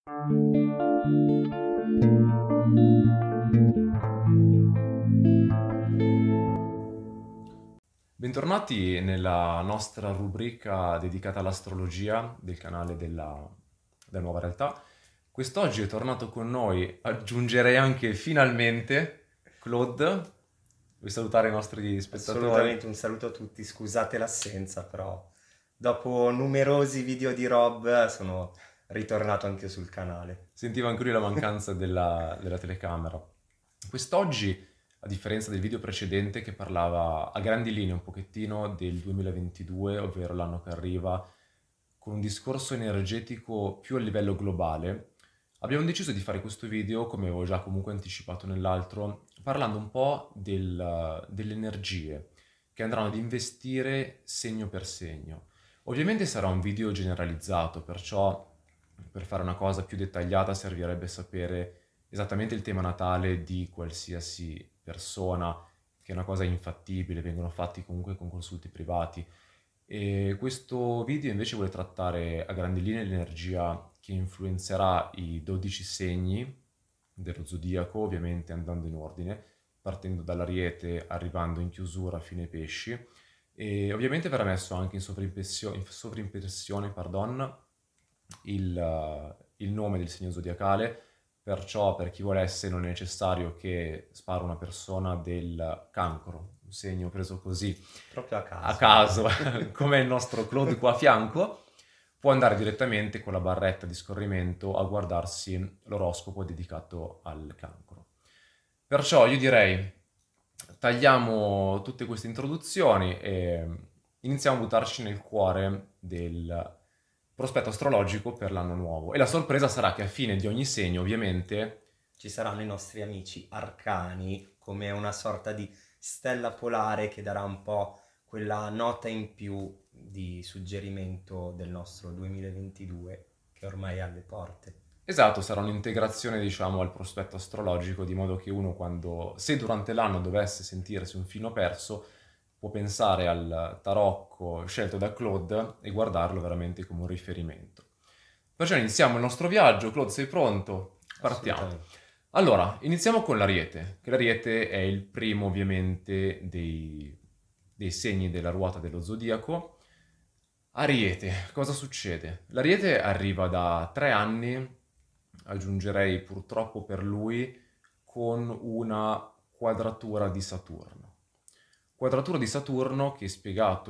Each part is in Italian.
Bentornati nella nostra rubrica dedicata all'astrologia del canale della Nuova Realtà. Quest'oggi è tornato con noi, aggiungerei anche finalmente, Claude. Vuoi salutare i nostri spettatori? Assolutamente un saluto a tutti, scusate l'assenza, però dopo numerosi video di Rob sono ritornato anche sul canale. Sentiva anche lui la mancanza della telecamera. Quest'oggi, a differenza del video precedente che parlava a grandi linee un pochettino del 2022, ovvero l'anno che arriva, con un discorso energetico più a livello globale, abbiamo deciso di fare questo video, come avevo già comunque anticipato nell'altro, parlando un po' delle energie che andranno ad investire segno per segno. Ovviamente sarà un video generalizzato, perciò per fare una cosa più dettagliata servirebbe sapere esattamente il tema natale di qualsiasi persona, che è una cosa infattibile, vengono fatti comunque con consulti privati. E questo video invece vuole trattare a grandi linee l'energia che influenzerà i 12 segni dello zodiaco, ovviamente andando in ordine, partendo dall'Ariete, arrivando in chiusura fino ai pesci. E ovviamente verrà messo anche in sovrimpressione, pardon, il nome del segno zodiacale, perciò per chi volesse non è necessario che spara una persona del cancro, un segno preso così Proprio a a caso. caso, come il nostro Claude qua a fianco, può andare direttamente con la barretta di scorrimento a guardarsi l'oroscopo dedicato al cancro. Perciò io direi tagliamo tutte queste introduzioni e iniziamo a buttarci nel cuore del prospetto astrologico per l'anno nuovo. E la sorpresa sarà che a fine di ogni segno, ovviamente, Ci saranno i nostri amici arcani come una sorta di stella polare che darà un po' quella nota in più di suggerimento del nostro 2022 che ormai è alle porte. esatto, sarà un'integrazione, diciamo, al prospetto astrologico, di modo che uno quando, se durante l'anno dovesse sentirsi un filo perso, può pensare al tarocco scelto da Claude e guardarlo veramente come un riferimento. Perciò iniziamo il nostro viaggio. Claude, sei pronto? Partiamo. Assolutamente. Allora, iniziamo con l'Ariete, che l'Ariete è il primo ovviamente dei segni della ruota dello zodiaco. Ariete, cosa succede? L'Ariete arriva da 3 anni, aggiungerei purtroppo per lui, con una quadratura di Saturno. Quadratura di Saturno che, spiegato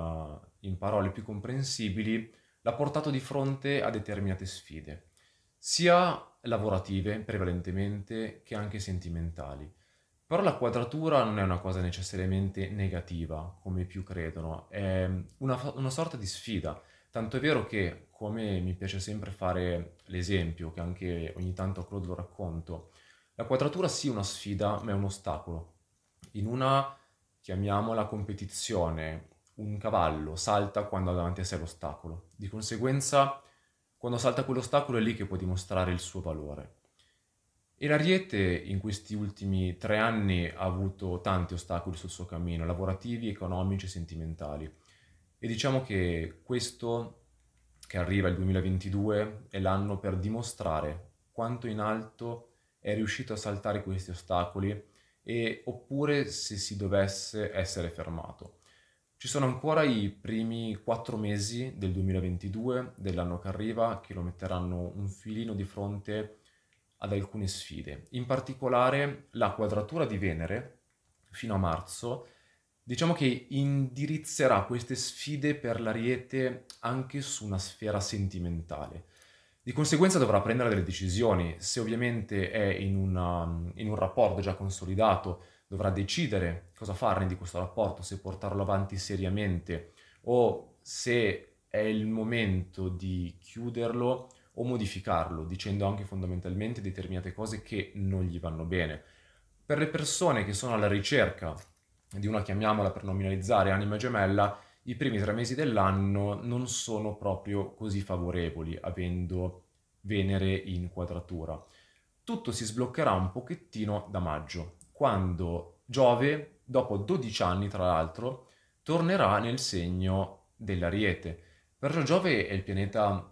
in parole più comprensibili, l'ha portato di fronte a determinate sfide, sia lavorative prevalentemente che anche sentimentali. Però la quadratura non è una cosa necessariamente negativa, come più credono, è una sorta di sfida. Tanto è vero che, come mi piace sempre fare l'esempio, che anche ogni tanto a Claude lo racconto, la quadratura sì è una sfida, ma è un ostacolo. In una, chiamiamola competizione, un cavallo salta quando ha davanti a sé l'ostacolo. Di conseguenza, quando salta quell'ostacolo è lì che può dimostrare il suo valore. E l'Ariete in questi ultimi 3 anni ha avuto tanti ostacoli sul suo cammino, lavorativi, economici e sentimentali. E diciamo che questo, che arriva il 2022, è l'anno per dimostrare quanto in alto è riuscito a saltare questi ostacoli e oppure se si dovesse essere fermato. Ci sono ancora i primi 4 mesi del 2022, dell'anno che arriva, che lo metteranno un filino di fronte ad alcune sfide. In particolare la quadratura di Venere, fino a marzo, diciamo che indirizzerà queste sfide per l'Ariete anche su una sfera sentimentale. Di conseguenza dovrà prendere delle decisioni. Se ovviamente è in un rapporto già consolidato, dovrà decidere cosa farne di questo rapporto, se portarlo avanti seriamente o se è il momento di chiuderlo o modificarlo, dicendo anche fondamentalmente determinate cose che non gli vanno bene. Per le persone che sono alla ricerca di una, chiamiamola per nominalizzare, anima gemella, i primi 3 mesi dell'anno non sono proprio così favorevoli, avendo Venere in quadratura. Tutto si sbloccherà un pochettino da maggio, quando Giove, dopo 12 anni tra l'altro, tornerà nel segno dell'Ariete. Perciò Giove è il pianeta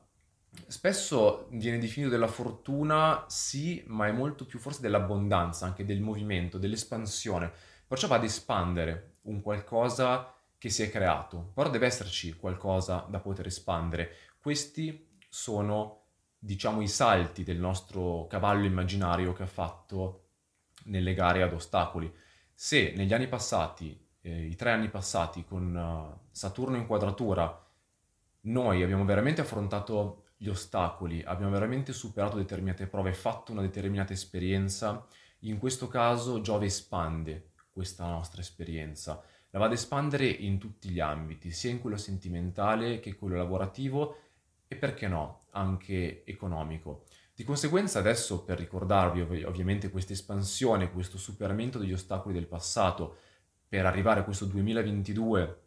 Spesso viene definito della fortuna, sì, ma è molto più forse dell'abbondanza, anche del movimento, dell'espansione. Perciò va ad espandere un qualcosa che si è creato, però deve esserci qualcosa da poter espandere. Questi sono, diciamo, i salti del nostro cavallo immaginario che ha fatto nelle gare ad ostacoli. Se negli anni passati, i 3 anni passati, con Saturno in quadratura, noi abbiamo veramente affrontato gli ostacoli, abbiamo veramente superato determinate prove, fatto una determinata esperienza, in questo caso Giove espande questa nostra esperienza, la va ad espandere in tutti gli ambiti, sia in quello sentimentale che quello lavorativo e perché no, anche economico. Di conseguenza adesso per ricordarvi ovviamente questa espansione, questo superamento degli ostacoli del passato, per arrivare a questo 2022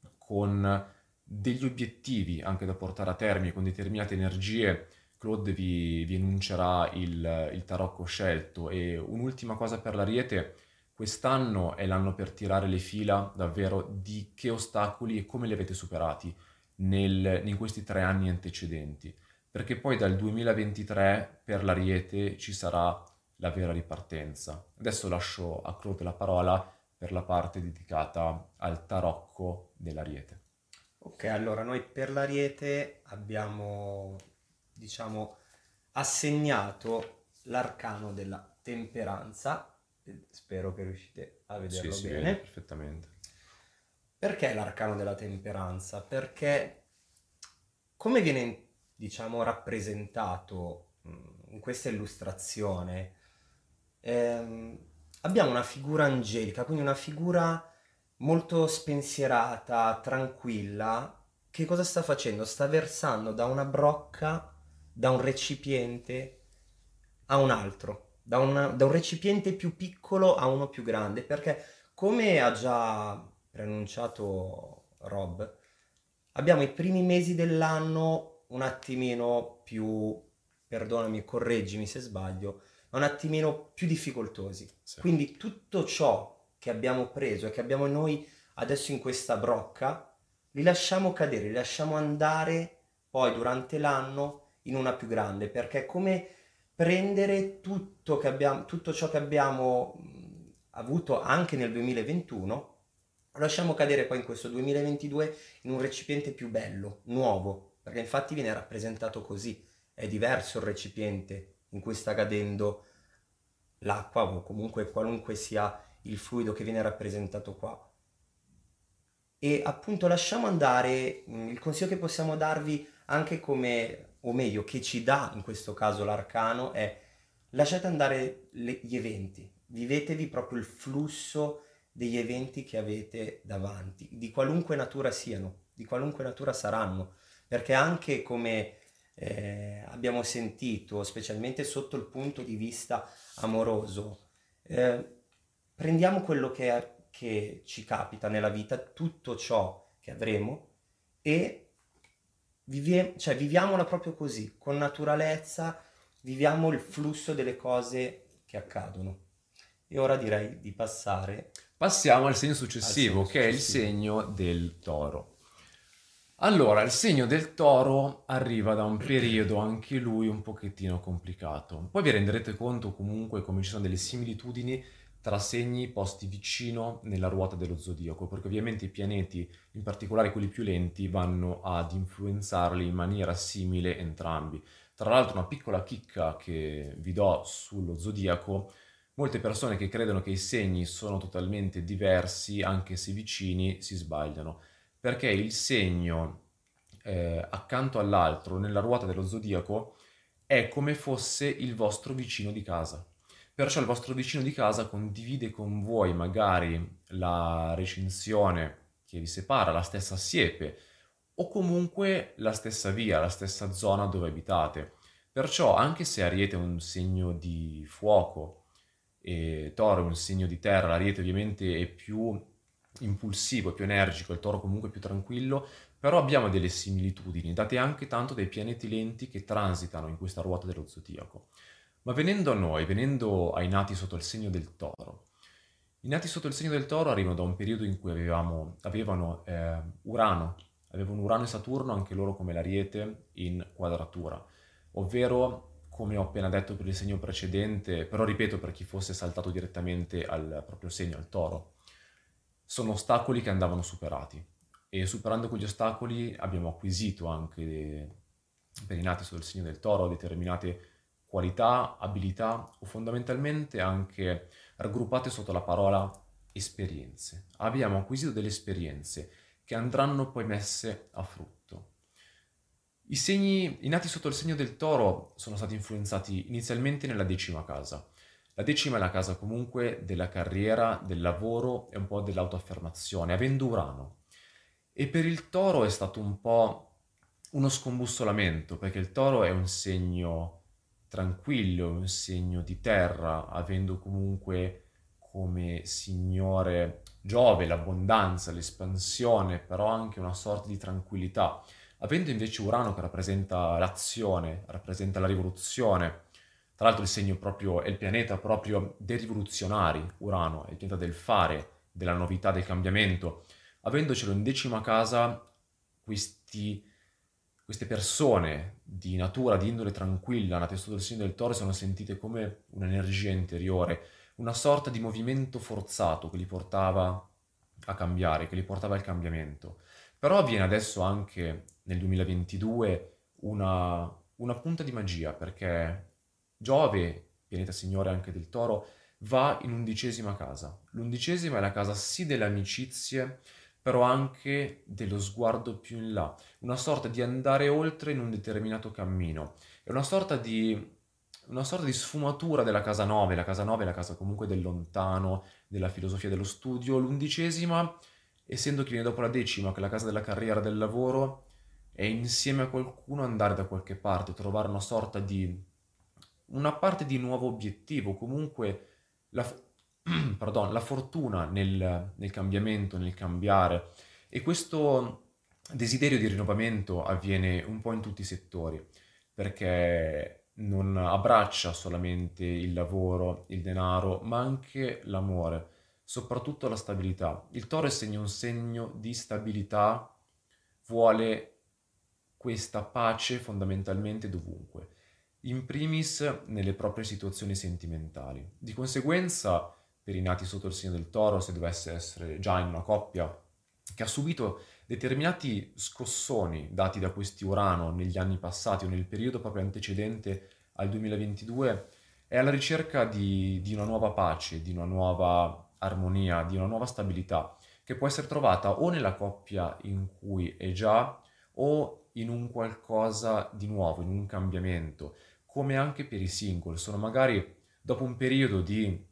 con degli obiettivi anche da portare a termine, con determinate energie, Claude vi enuncerà il tarocco scelto. E un'ultima cosa per l'Ariete, quest'anno è l'anno per tirare le fila davvero di che ostacoli e come li avete superati in questi 3 anni antecedenti, perché poi dal 2023 per l'Ariete ci sarà la vera ripartenza. Adesso lascio a Claude la parola per la parte dedicata al tarocco dell'Ariete. Ok, allora noi per l'Ariete abbiamo, diciamo, assegnato l'arcano della temperanza. Spero che riuscite a Sì, vederlo si vede bene. perfettamente. Perché l'arcano della temperanza? Perché come viene, diciamo, rappresentato in questa illustrazione, ehm, abbiamo una figura angelica, quindi una figura molto spensierata, tranquilla. Che cosa sta facendo? Sta versando da una brocca, da un recipiente a un altro, da un recipiente più piccolo a uno più grande, perché come ha già preannunciato Rob, abbiamo i primi mesi dell'anno un attimino più, perdonami, correggimi se sbaglio, ma un attimino più difficoltosi. Sì. Quindi tutto ciò che abbiamo preso e che abbiamo noi adesso in questa brocca, li lasciamo cadere, li lasciamo andare poi durante l'anno in una più grande, perché è come prendere tutto, tutto ciò che abbiamo avuto anche nel 2021, lo lasciamo cadere poi in questo 2022 in un recipiente più bello, nuovo, perché infatti viene rappresentato così, è diverso il recipiente in cui sta cadendo l'acqua o comunque qualunque sia il fluido che viene rappresentato qua. E appunto lasciamo andare, il consiglio che possiamo darvi anche come, o meglio, che ci dà in questo caso l'arcano è lasciate andare gli eventi, vivetevi proprio il flusso degli eventi che avete davanti, di qualunque natura siano, di qualunque natura saranno, perché anche come abbiamo sentito, specialmente sotto il punto di vista amoroso, eh, prendiamo quello che ci capita nella vita, tutto ciò che avremo e cioè, viviamola proprio così, con naturalezza, viviamo il flusso delle cose che accadono. E ora direi di passare Passiamo al segno al successivo, segno che è il successivo. segno del toro. Allora, il segno del toro arriva da un periodo anche lui un pochettino complicato. Poi vi renderete conto comunque come ci sono delle similitudini tra segni posti vicino nella ruota dello zodiaco, perché ovviamente i pianeti, in particolare quelli più lenti, vanno ad influenzarli in maniera simile entrambi. Tra l'altro una piccola chicca che vi do sullo zodiaco: molte persone che credono che i segni sono totalmente diversi, anche se vicini, si sbagliano, perché il segno accanto all'altro nella ruota dello zodiaco è come fosse il vostro vicino di casa. Perciò il vostro vicino di casa condivide con voi magari la recinzione che vi separa, la stessa siepe, o comunque la stessa via, la stessa zona dove abitate. Perciò, anche se Ariete è un segno di fuoco e Toro è un segno di terra, l'Ariete ovviamente è più impulsivo, è più energico, il Toro comunque è più tranquillo, però abbiamo delle similitudini, date anche tanto dai pianeti lenti che transitano in questa ruota dello zodiaco. Ma venendo a noi, venendo ai nati sotto il segno del Toro, i nati sotto il segno del Toro arrivano da un periodo in cui avevano Urano avevano Urano e Saturno, anche loro come l'Ariete, in quadratura, ovvero, come ho appena detto per il segno precedente, però ripeto per chi fosse saltato direttamente al proprio segno, al Toro, sono ostacoli che andavano superati e superando quegli ostacoli abbiamo acquisito anche per i nati sotto il segno del Toro determinate qualità, abilità o fondamentalmente anche raggruppate sotto la parola esperienze. Abbiamo acquisito delle esperienze che andranno poi messe a frutto. I nati sotto il segno del Toro sono stati influenzati inizialmente nella 10ª casa. La 10ª è la casa comunque della carriera, del lavoro e un po' dell'autoaffermazione, avendo Urano. E per il Toro è stato un po' uno scombussolamento, perché il Toro è un segno tranquillo, un segno di terra, avendo comunque come signore Giove l'abbondanza, l'espansione, però anche una sorta di tranquillità. Avendo invece Urano che rappresenta l'azione, rappresenta la rivoluzione, tra l'altro il segno proprio è il pianeta proprio dei rivoluzionari, Urano, è il pianeta del fare, della novità, del cambiamento. Avendocelo in 10ª casa, queste persone di natura, di indole tranquilla, nate sotto il segno del Toro, sono sentite come un'energia interiore, una sorta di movimento forzato che li portava a cambiare, che li portava al cambiamento. Però avviene adesso anche nel 2022 una punta di magia, perché Giove, pianeta signore anche del Toro, va in 11ª casa. L'11ª è la casa sì delle amicizie, però anche dello sguardo più in là, una sorta di andare oltre in un determinato cammino. È una sorta di sfumatura della casa 9, la casa 9 è la casa comunque del lontano, della filosofia dello studio, l'11ª, essendo che viene dopo la 10ª, che è la casa della carriera, del lavoro, è insieme a qualcuno andare da qualche parte, trovare una parte di nuovo obiettivo, comunque la, pardon, la fortuna nel cambiamento, nel cambiare. E questo desiderio di rinnovamento avviene un po' in tutti i settori, perché non abbraccia solamente il lavoro, il denaro, ma anche l'amore, soprattutto la stabilità. Il Toro è un segno di stabilità, vuole questa pace fondamentalmente dovunque, in primis nelle proprie situazioni sentimentali. Di conseguenza, per i nati sotto il segno del Toro, se dovesse essere già in una coppia che ha subito determinati scossoni dati da questi Urano negli anni passati o nel periodo proprio antecedente al 2022, è alla ricerca di una nuova pace, di una nuova armonia, di una nuova stabilità, che può essere trovata o nella coppia in cui è già o in un qualcosa di nuovo, in un cambiamento, come anche per i single. Sono magari dopo un periodo di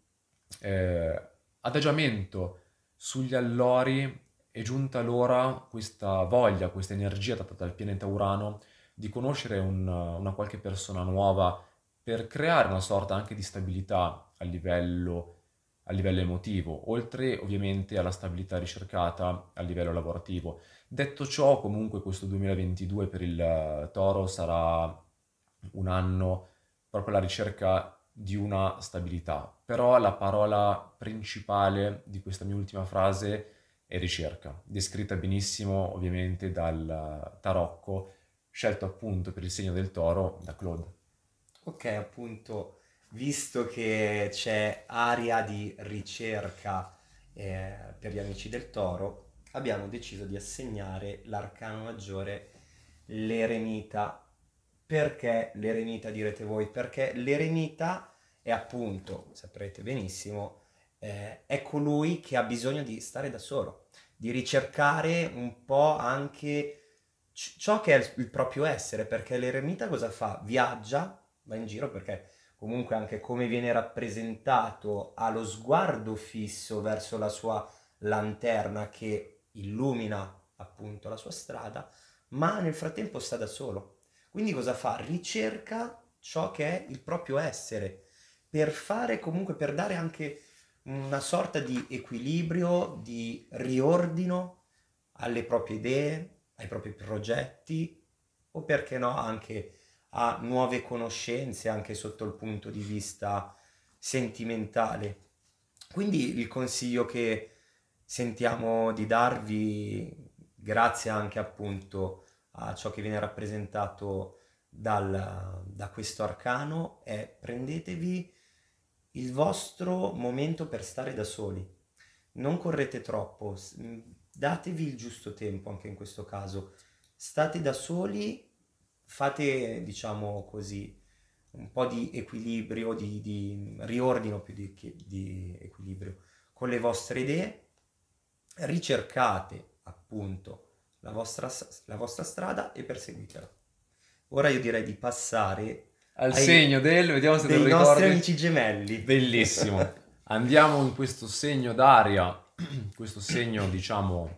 adagiamento sugli allori è giunta l'ora, questa voglia, questa energia data dal pianeta Urano di conoscere una qualche persona nuova per creare una sorta anche di stabilità a livello emotivo, oltre ovviamente alla stabilità ricercata a livello lavorativo. Detto ciò, comunque questo 2022 per il Toro sarà un anno proprio alla ricerca di una stabilità, però la parola principale di questa mia ultima frase è ricerca, descritta benissimo ovviamente dal tarocco, scelto appunto per il segno del Toro da Claude. Ok, appunto, visto che c'è area di ricerca per gli amici del Toro, abbiamo deciso di assegnare l'arcano maggiore, l'eremita. Perché l'eremita, direte voi? Perché l'eremita è appunto, saprete benissimo, è colui che ha bisogno di stare da solo, di ricercare un po' anche ciò che è il proprio essere, perché l'eremita cosa fa? Viaggia, va in giro perché comunque anche come viene rappresentato ha lo sguardo fisso verso la sua lanterna che illumina appunto la sua strada, ma nel frattempo sta da solo. Quindi cosa fa? Ricerca ciò che è il proprio essere, per fare comunque, per dare anche una sorta di equilibrio, di riordino alle proprie idee, ai propri progetti o perché no anche a nuove conoscenze anche sotto il punto di vista sentimentale. Quindi il consiglio che sentiamo di darvi grazie anche appunto a ciò che viene rappresentato da questo arcano, è prendetevi il vostro momento per stare da soli. Non correte troppo, datevi il giusto tempo anche in questo caso. State da soli, fate, diciamo così, un po' di equilibrio, di riordino più di equilibrio con le vostre idee, ricercate appunto la vostra strada e perseguitela. Ora io direi di passare Al ai segno vediamo se te lo dei nostri ricordi. amici gemelli. Bellissimo. Andiamo in questo segno d'aria, questo segno, diciamo,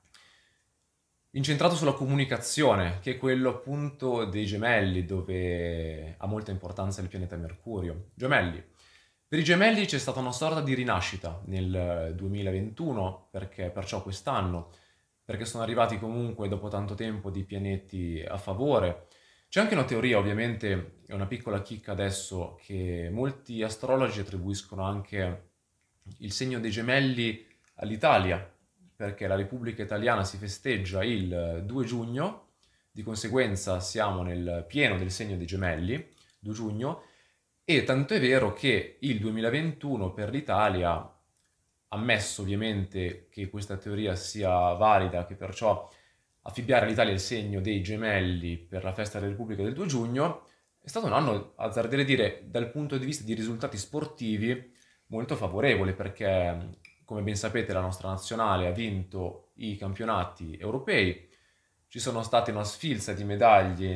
incentrato sulla comunicazione, che è quello appunto dei gemelli, dove ha molta importanza il pianeta Mercurio. Gemelli. Per i gemelli c'è stata una sorta di rinascita nel 2021, perciò quest'anno, perché sono arrivati comunque dopo tanto tempo dei pianeti a favore. C'è anche una teoria, ovviamente, è una piccola chicca adesso, che molti astrologi attribuiscono anche il segno dei gemelli all'Italia, perché la Repubblica Italiana si festeggia il 2 giugno, di conseguenza siamo nel pieno del segno dei gemelli, 2 giugno, e tanto è vero che il 2021 per l'Italia, ammesso ovviamente che questa teoria sia valida, che perciò affibbiare all'Italia il segno dei gemelli per la festa della Repubblica del 2 giugno, è stato un anno, azzarderei dire, dal punto di vista di risultati sportivi molto favorevole, perché come ben sapete la nostra nazionale ha vinto i campionati europei, ci sono state una sfilza di medaglie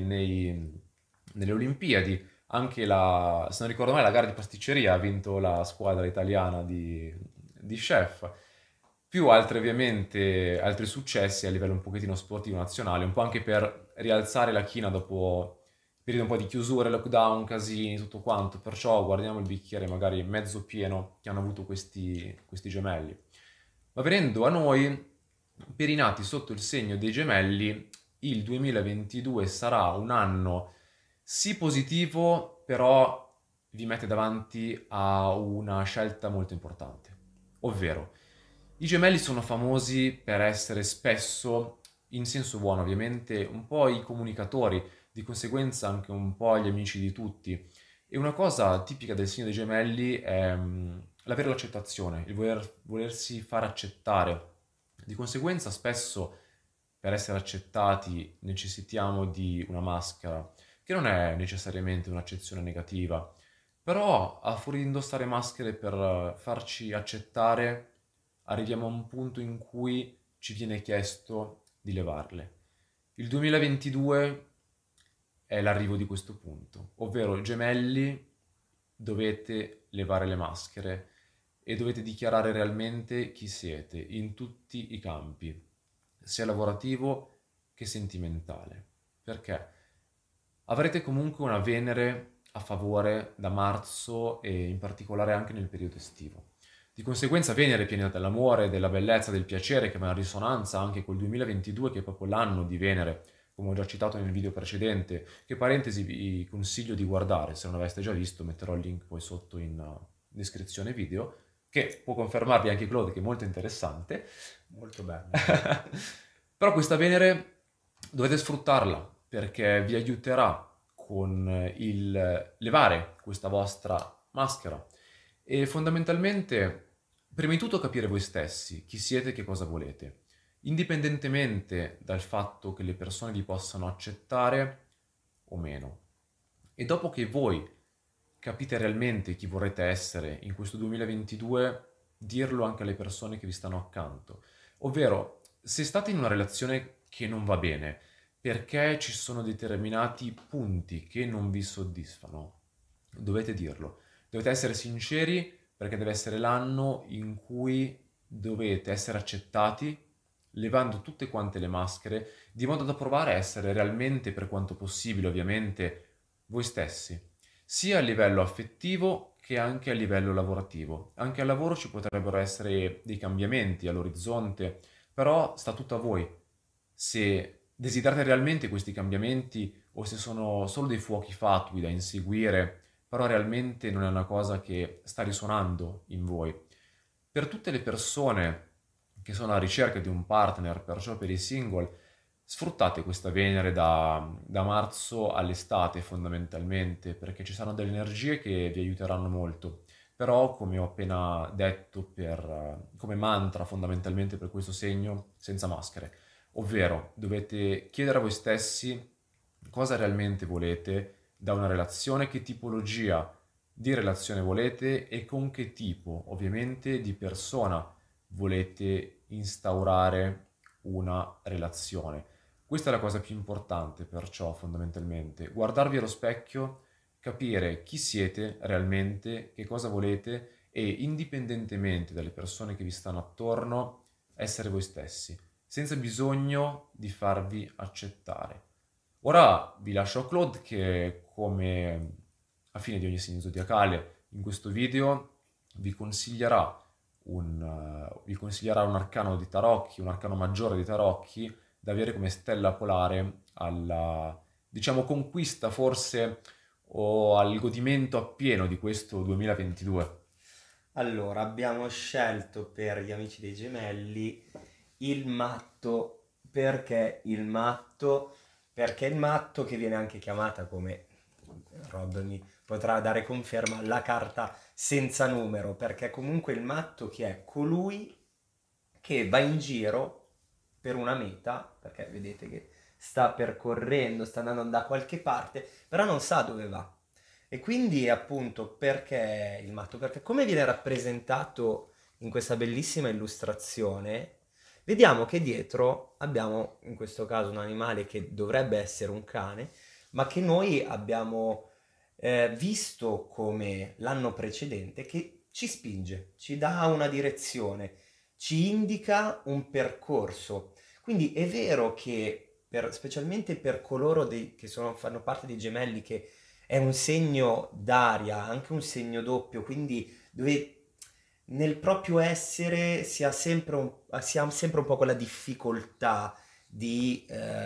nelle Olimpiadi, anche se non ricordo male, la gara di pasticceria ha vinto la squadra italiana di chef, più altri ovviamente, altri successi a livello un pochettino sportivo nazionale, un po' anche per rialzare la china dopo il periodo un po' di chiusure, lockdown, casini, tutto quanto, perciò guardiamo il bicchiere magari mezzo pieno che hanno avuto questi gemelli. Ma venendo a noi, per i nati sotto il segno dei gemelli, il 2022 sarà un anno sì positivo, però vi mette davanti a una scelta molto importante. Ovvero, i gemelli sono famosi per essere spesso, in senso buono ovviamente, un po' i comunicatori, di conseguenza anche un po' gli amici di tutti. E una cosa tipica del segno dei gemelli è l'avere l'accettazione, il volersi far accettare. Di conseguenza spesso per essere accettati necessitiamo di una maschera, che non è necessariamente un'accezione negativa, però a fuori di indossare maschere per farci accettare, arriviamo a un punto in cui ci viene chiesto di levarle. Il 2022 è l'arrivo di questo punto, ovvero gemelli, dovete levare le maschere e dovete dichiarare realmente chi siete in tutti i campi, sia lavorativo che sentimentale. Perché avrete comunque una Venere a favore da marzo e in particolare anche nel periodo estivo. Di conseguenza Venere è piena dell'amore, della bellezza, del piacere, che va in risonanza anche col 2022, che è proprio l'anno di Venere, come ho già citato nel video precedente, che parentesi vi consiglio di guardare, se non l'aveste già visto metterò il link poi sotto in descrizione video, che può confermarvi anche Claude che è molto interessante. Molto bello. Però questa Venere dovete sfruttarla, perché vi aiuterà con il levare questa vostra maschera e fondamentalmente, prima di tutto, capire voi stessi, chi siete e che cosa volete, indipendentemente dal fatto che le persone vi possano accettare o meno. E dopo che voi capite realmente chi vorrete essere in questo 2022, dirlo anche alle persone che vi stanno accanto. Ovvero, se state in una relazione che non va bene, perché ci sono determinati punti che non vi soddisfano, dovete dirlo. Dovete essere sinceri, perché deve essere l'anno in cui dovete essere accettati, levando tutte quante le maschere, di modo da provare a essere realmente, per quanto possibile ovviamente, voi stessi, sia a livello affettivo che anche a livello lavorativo. Anche al lavoro ci potrebbero essere dei cambiamenti all'orizzonte, però sta tutto a voi. Se desiderate realmente questi cambiamenti o se sono solo dei fuochi fatui da inseguire, però realmente non è una cosa che sta risuonando in voi. Per tutte le persone che sono alla ricerca di un partner, perciò per i single, sfruttate questa Venere da marzo all'estate fondamentalmente, perché ci saranno delle energie che vi aiuteranno molto. Però, come ho appena detto, come mantra fondamentalmente per questo segno, senza maschere. Ovvero, dovete chiedere a voi stessi cosa realmente volete da una relazione, che tipologia di relazione volete e con che tipo, ovviamente, di persona volete instaurare una relazione. Questa è la cosa più importante, perciò, fondamentalmente, guardarvi allo specchio, capire chi siete realmente, che cosa volete e, indipendentemente dalle persone che vi stanno attorno, essere voi stessi, senza bisogno di farvi accettare. Ora vi lascio a Claude che, come a fine di ogni segno zodiacale, in questo video vi consiglierà vi consiglierà un arcano di tarocchi, un arcano maggiore di tarocchi, da avere come stella polare alla, diciamo, conquista forse o al godimento appieno di questo 2022. Allora, abbiamo scelto per gli amici dei gemelli il matto. Perché il matto? Perché il matto, che viene anche chiamata, come Rob mi potrà dare conferma, la carta senza numero, perché comunque il matto che è colui che va in giro per una meta, perché vedete che sta percorrendo, sta andando da qualche parte, però non sa dove va. E quindi appunto perché il matto? Perché come viene rappresentato in questa bellissima illustrazione, vediamo che dietro abbiamo in questo caso un animale che dovrebbe essere un cane, ma che noi abbiamo visto come l'anno precedente, che ci spinge, ci dà una direzione, ci indica un percorso. Quindi è vero che specialmente per coloro che fanno parte dei gemelli, che è un segno d'aria, anche un segno doppio, quindi dove nel proprio essere si ha sempre un po' quella difficoltà di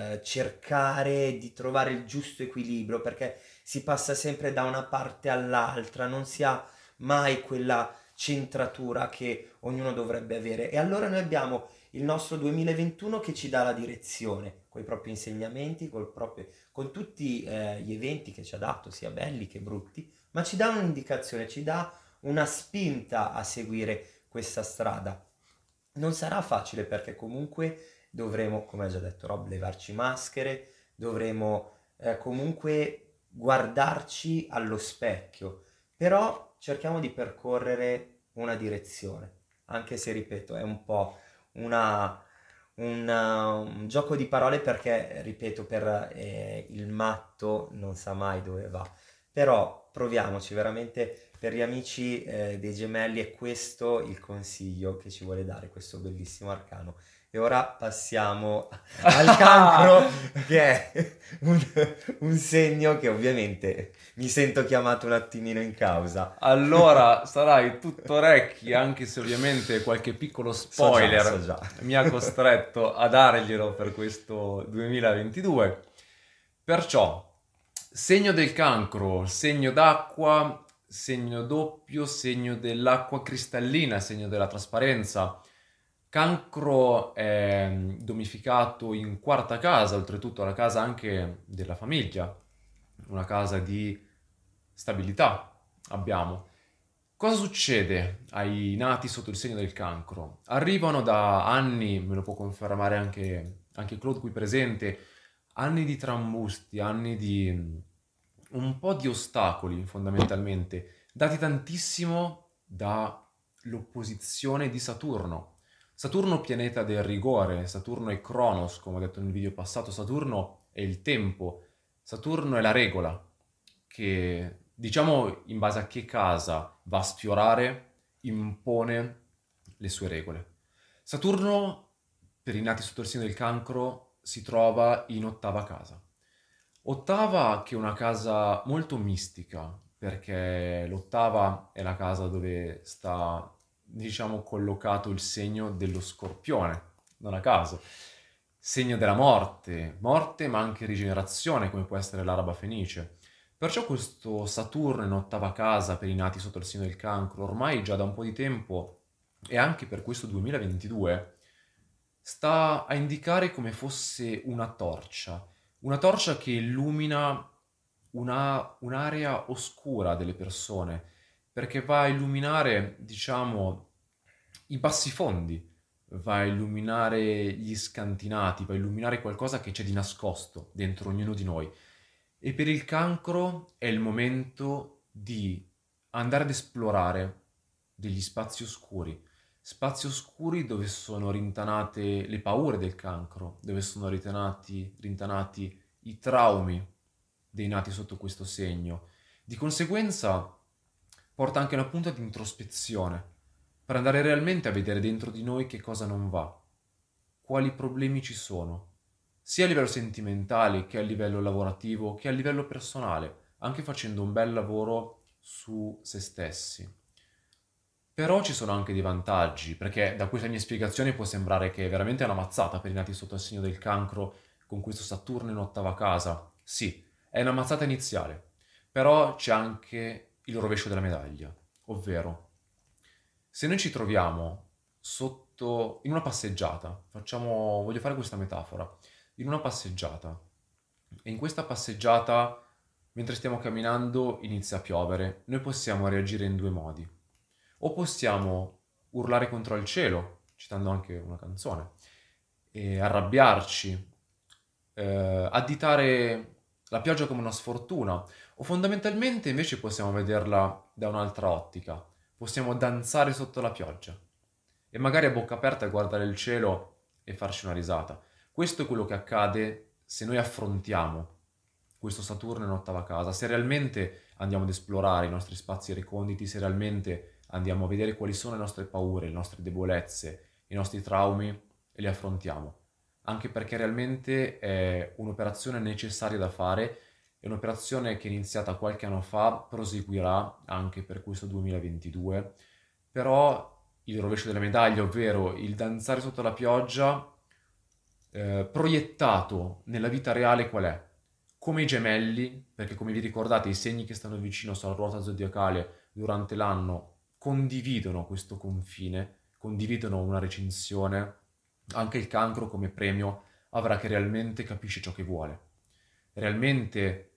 cercare di trovare il giusto equilibrio, perché si passa sempre da una parte all'altra, non si ha mai quella centratura che ognuno dovrebbe avere. E allora noi abbiamo il nostro 2021 che ci dà la direzione, con i propri insegnamenti, con tutti gli eventi che ci ha dato, sia belli che brutti, ma ci dà un'indicazione, ci dà una spinta a seguire questa strada. Non sarà facile perché comunque dovremo, come ha già detto Rob, levarci maschere, dovremo comunque guardarci allo specchio, però cerchiamo di percorrere una direzione, anche se ripeto è un po' una, un gioco di parole perché, ripeto, per il matto non sa mai dove va, però proviamoci veramente per gli amici dei gemelli, è questo il consiglio che ci vuole dare questo bellissimo arcano. E ora passiamo al cancro, che è un segno che ovviamente mi sento chiamato un attimino in causa. Allora sarai tutto orecchi, anche se ovviamente qualche piccolo spoiler So già. mi ha costretto a darglielo per questo 2022. Perciò, segno del cancro, segno d'acqua, segno doppio, segno dell'acqua cristallina, segno della trasparenza. Cancro è domificato in quarta casa, oltretutto la casa anche della famiglia, una casa di stabilità abbiamo. Cosa succede ai nati sotto il segno del cancro? Arrivano da anni, me lo può confermare anche Claude qui presente, anni di trambusti, anni di un po' di ostacoli fondamentalmente, dati tantissimo dall'opposizione di Saturno. Saturno pianeta del rigore, Saturno è Cronos, come ho detto nel video passato, Saturno è il tempo, Saturno è la regola, che diciamo in base a che casa va a sfiorare, impone le sue regole. Saturno, per i nati sotto il segno del cancro, si trova in ottava casa. Ottava che è una casa molto mistica, perché l'ottava è la casa dove sta, diciamo, collocato il segno dello Scorpione, non a caso. Segno della morte ma anche rigenerazione, come può essere l'araba fenice. Perciò questo Saturno in ottava casa per i nati sotto il segno del cancro, ormai già da un po' di tempo, e anche per questo 2022, sta a indicare come fosse una torcia che illumina un'area oscura delle persone, perché va a illuminare, diciamo, i bassifondi, va a illuminare gli scantinati, va a illuminare qualcosa che c'è di nascosto dentro ognuno di noi. E per il cancro è il momento di andare ad esplorare degli spazi oscuri dove sono rintanate le paure del cancro, dove sono rintanati i traumi dei nati sotto questo segno. Di conseguenza porta anche una punta di introspezione per andare realmente a vedere dentro di noi che cosa non va, quali problemi ci sono, sia a livello sentimentale che a livello lavorativo che a livello personale, anche facendo un bel lavoro su se stessi. Però ci sono anche dei vantaggi, perché da questa mia spiegazione può sembrare che è veramente una mazzata per i nati sotto il segno del cancro con questo Saturno in ottava casa. Sì, è una mazzata iniziale, però c'è anche il rovescio della medaglia, ovvero se noi ci troviamo in una passeggiata, voglio fare questa metafora, in una passeggiata, e in questa passeggiata, mentre stiamo camminando, inizia a piovere, noi possiamo reagire in due modi. O possiamo urlare contro il cielo, citando anche una canzone, e arrabbiarci, additare la pioggia come una sfortuna, o fondamentalmente invece possiamo vederla da un'altra ottica. Possiamo danzare sotto la pioggia e magari a bocca aperta guardare il cielo e farci una risata. Questo è quello che accade se noi affrontiamo questo Saturno in ottava casa, se realmente andiamo ad esplorare i nostri spazi reconditi, se realmente andiamo a vedere quali sono le nostre paure, le nostre debolezze, i nostri traumi e li affrontiamo. Anche perché realmente è un'operazione necessaria da fare, è un'operazione che è iniziata qualche anno fa, proseguirà anche per questo 2022, però il rovescio della medaglia, ovvero il danzare sotto la pioggia, proiettato nella vita reale qual è? Come i gemelli, perché come vi ricordate i segni che stanno vicino sulla ruota zodiacale durante l'anno condividono questo confine, condividono una recinzione, anche il cancro come premio avrà che realmente capisce ciò che vuole, realmente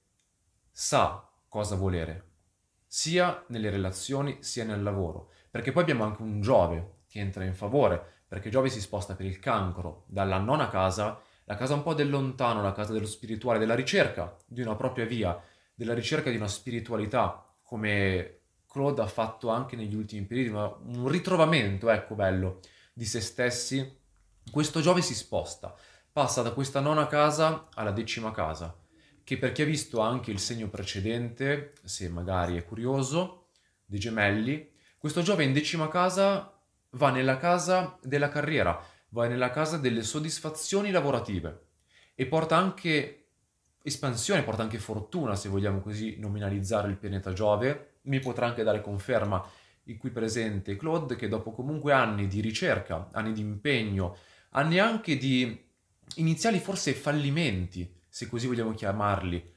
sa cosa volere, sia nelle relazioni sia nel lavoro, perché poi abbiamo anche un Giove che entra in favore, perché Giove si sposta per il cancro dalla nona casa, la casa un po' del lontano, la casa dello spirituale, della ricerca di una propria via, della ricerca di una spiritualità, come Claude ha fatto anche negli ultimi periodi, ma un ritrovamento, ecco bello, di se stessi. Questo Giove si sposta, passa da questa nona casa alla decima casa, che per chi ha visto anche il segno precedente, se magari è curioso, dei gemelli, questo Giove in decima casa va nella casa della carriera, va nella casa delle soddisfazioni lavorative e porta anche espansione, porta anche fortuna, se vogliamo così nominalizzare il pianeta Giove. Mi potrà anche dare conferma il qui presente Claude, che dopo comunque anni di ricerca, anni di impegno, anni anche di iniziali forse fallimenti, se così vogliamo chiamarli,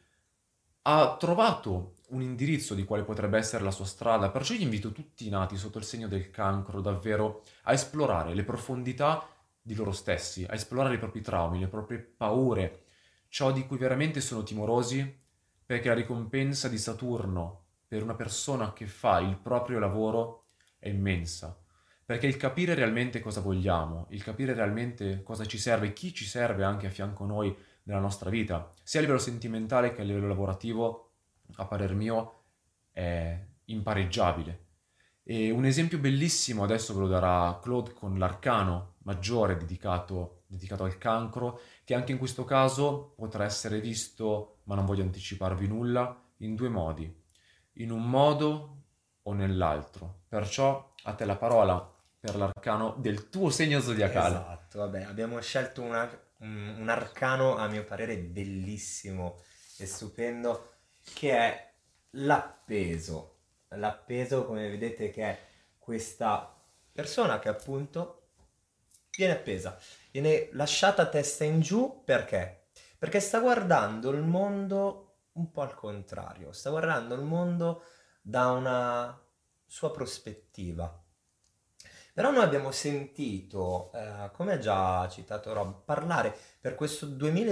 ha trovato un indirizzo di quale potrebbe essere la sua strada, perciò io invito tutti i nati sotto il segno del cancro davvero a esplorare le profondità di loro stessi, a esplorare i propri traumi, le proprie paure, ciò di cui veramente sono timorosi, perché la ricompensa di Saturno per una persona che fa il proprio lavoro è immensa. Perché il capire realmente cosa vogliamo, il capire realmente cosa ci serve, chi ci serve anche a fianco a noi nella nostra vita, sia a livello sentimentale che a livello lavorativo, a parer mio, è impareggiabile. E un esempio bellissimo adesso ve lo darà Claude con l'arcano maggiore dedicato al cancro, che anche in questo caso potrà essere visto, ma non voglio anticiparvi nulla, in due modi, in un modo o nell'altro. Perciò a te la parola per l'arcano del tuo segno zodiacale. Esatto, vabbè, abbiamo scelto un arcano a mio parere bellissimo e stupendo che è l'appeso. L'appeso, come vedete, che è questa persona che appunto viene appesa, viene lasciata testa in giù perché? Perché sta guardando il mondo un po' al contrario, sta guardando il mondo da una sua prospettiva. Però noi abbiamo sentito, come ha già citato Rob, parlare per questo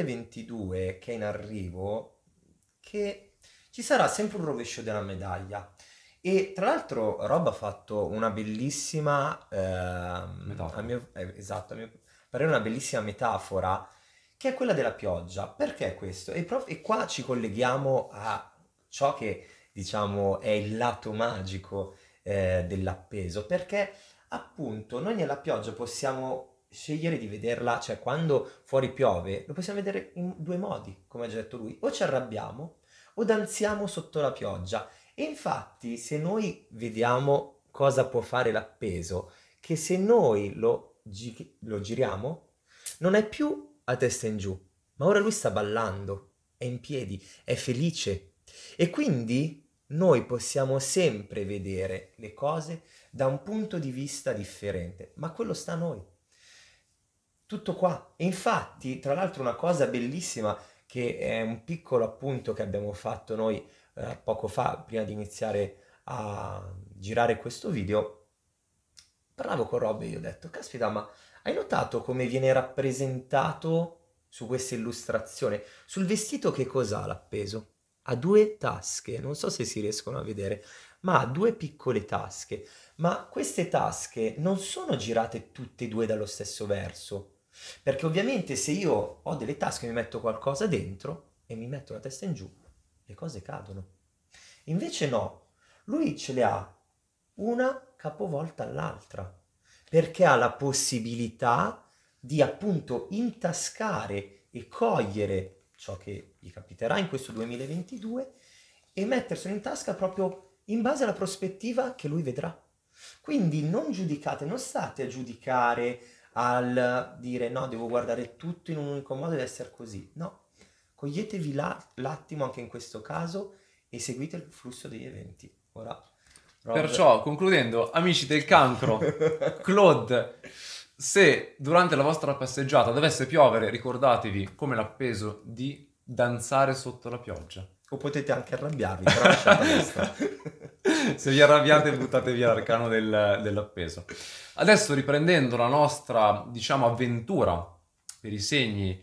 2022 che è in arrivo, che ci sarà sempre un rovescio della medaglia. E tra l'altro Rob ha fatto una bellissima, Metafora. esatto, a mio parere una bellissima metafora, che è quella della pioggia. Perché questo? E qua ci colleghiamo a ciò che, diciamo, è il lato magico, dell'appeso, perché appunto noi nella pioggia possiamo scegliere di vederla, cioè quando fuori piove, lo possiamo vedere in due modi, come ha già detto lui, o ci arrabbiamo o danziamo sotto la pioggia. E infatti, se noi vediamo cosa può fare l'appeso, che se noi lo giriamo, non è più a testa in giù, ma ora lui sta ballando, è in piedi, è felice. E quindi noi possiamo sempre vedere le cose da un punto di vista differente, ma quello sta a noi. Tutto qua. E infatti, tra l'altro, una cosa bellissima che è un piccolo appunto che abbiamo fatto noi poco fa, prima di iniziare a girare questo video, parlavo con Rob e gli ho detto, caspita, ma hai notato come viene rappresentato su questa illustrazione? Sul vestito che cos'ha l'appeso? Ha due tasche, non so se si riescono a vedere, ma ha due piccole tasche. Ma queste tasche non sono girate tutte e due dallo stesso verso. Perché ovviamente se io ho delle tasche e mi metto qualcosa dentro e mi metto la testa in giù, le cose cadono. Invece no, lui ce le ha una capovolta all'altra, perché ha la possibilità di appunto intascare e cogliere ciò che gli capiterà in questo 2022 e metterselo in tasca proprio in base alla prospettiva che lui vedrà. Quindi non giudicate, non state a giudicare al dire no, devo guardare tutto in un unico modo ed essere così. No, coglietevi l'attimo anche in questo caso e seguite il flusso degli eventi. Ora, Rob... Perciò, concludendo, amici del cancro, Claude, se durante la vostra passeggiata dovesse piovere, ricordatevi come l'appeso di danzare sotto la pioggia. O potete anche arrabbiarvi, però lasciate stare. Se vi arrabbiate, buttate via l'arcano dell'appeso. Adesso, riprendendo la nostra, diciamo, avventura per i segni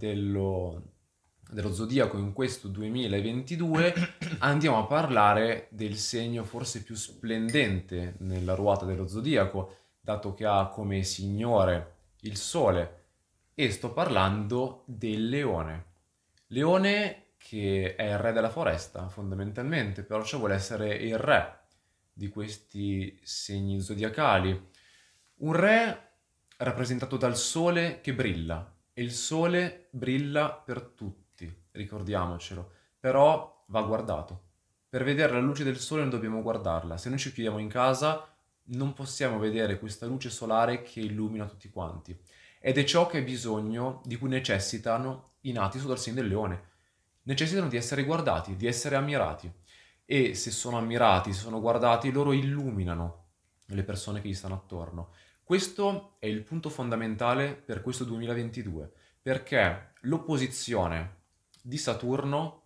dello zodiaco in questo 2022, andiamo a parlare del segno forse più splendente nella ruota dello zodiaco, dato che ha come signore il Sole, e sto parlando del Leone. Leone che è il re della foresta, fondamentalmente, però cioè vuole essere il re di questi segni zodiacali. Un re rappresentato dal sole che brilla, e il sole brilla per tutti, ricordiamocelo, però va guardato. Per vedere la luce del sole non dobbiamo guardarla. Se noi ci chiudiamo in casa non possiamo vedere questa luce solare che illumina tutti quanti. Ed è ciò che ha bisogno, di cui necessitano i nati sotto il segno del leone. Necessitano di essere guardati, di essere ammirati. E se sono ammirati, se sono guardati, loro illuminano le persone che gli stanno attorno. Questo è il punto fondamentale per questo 2022, perché l'opposizione di Saturno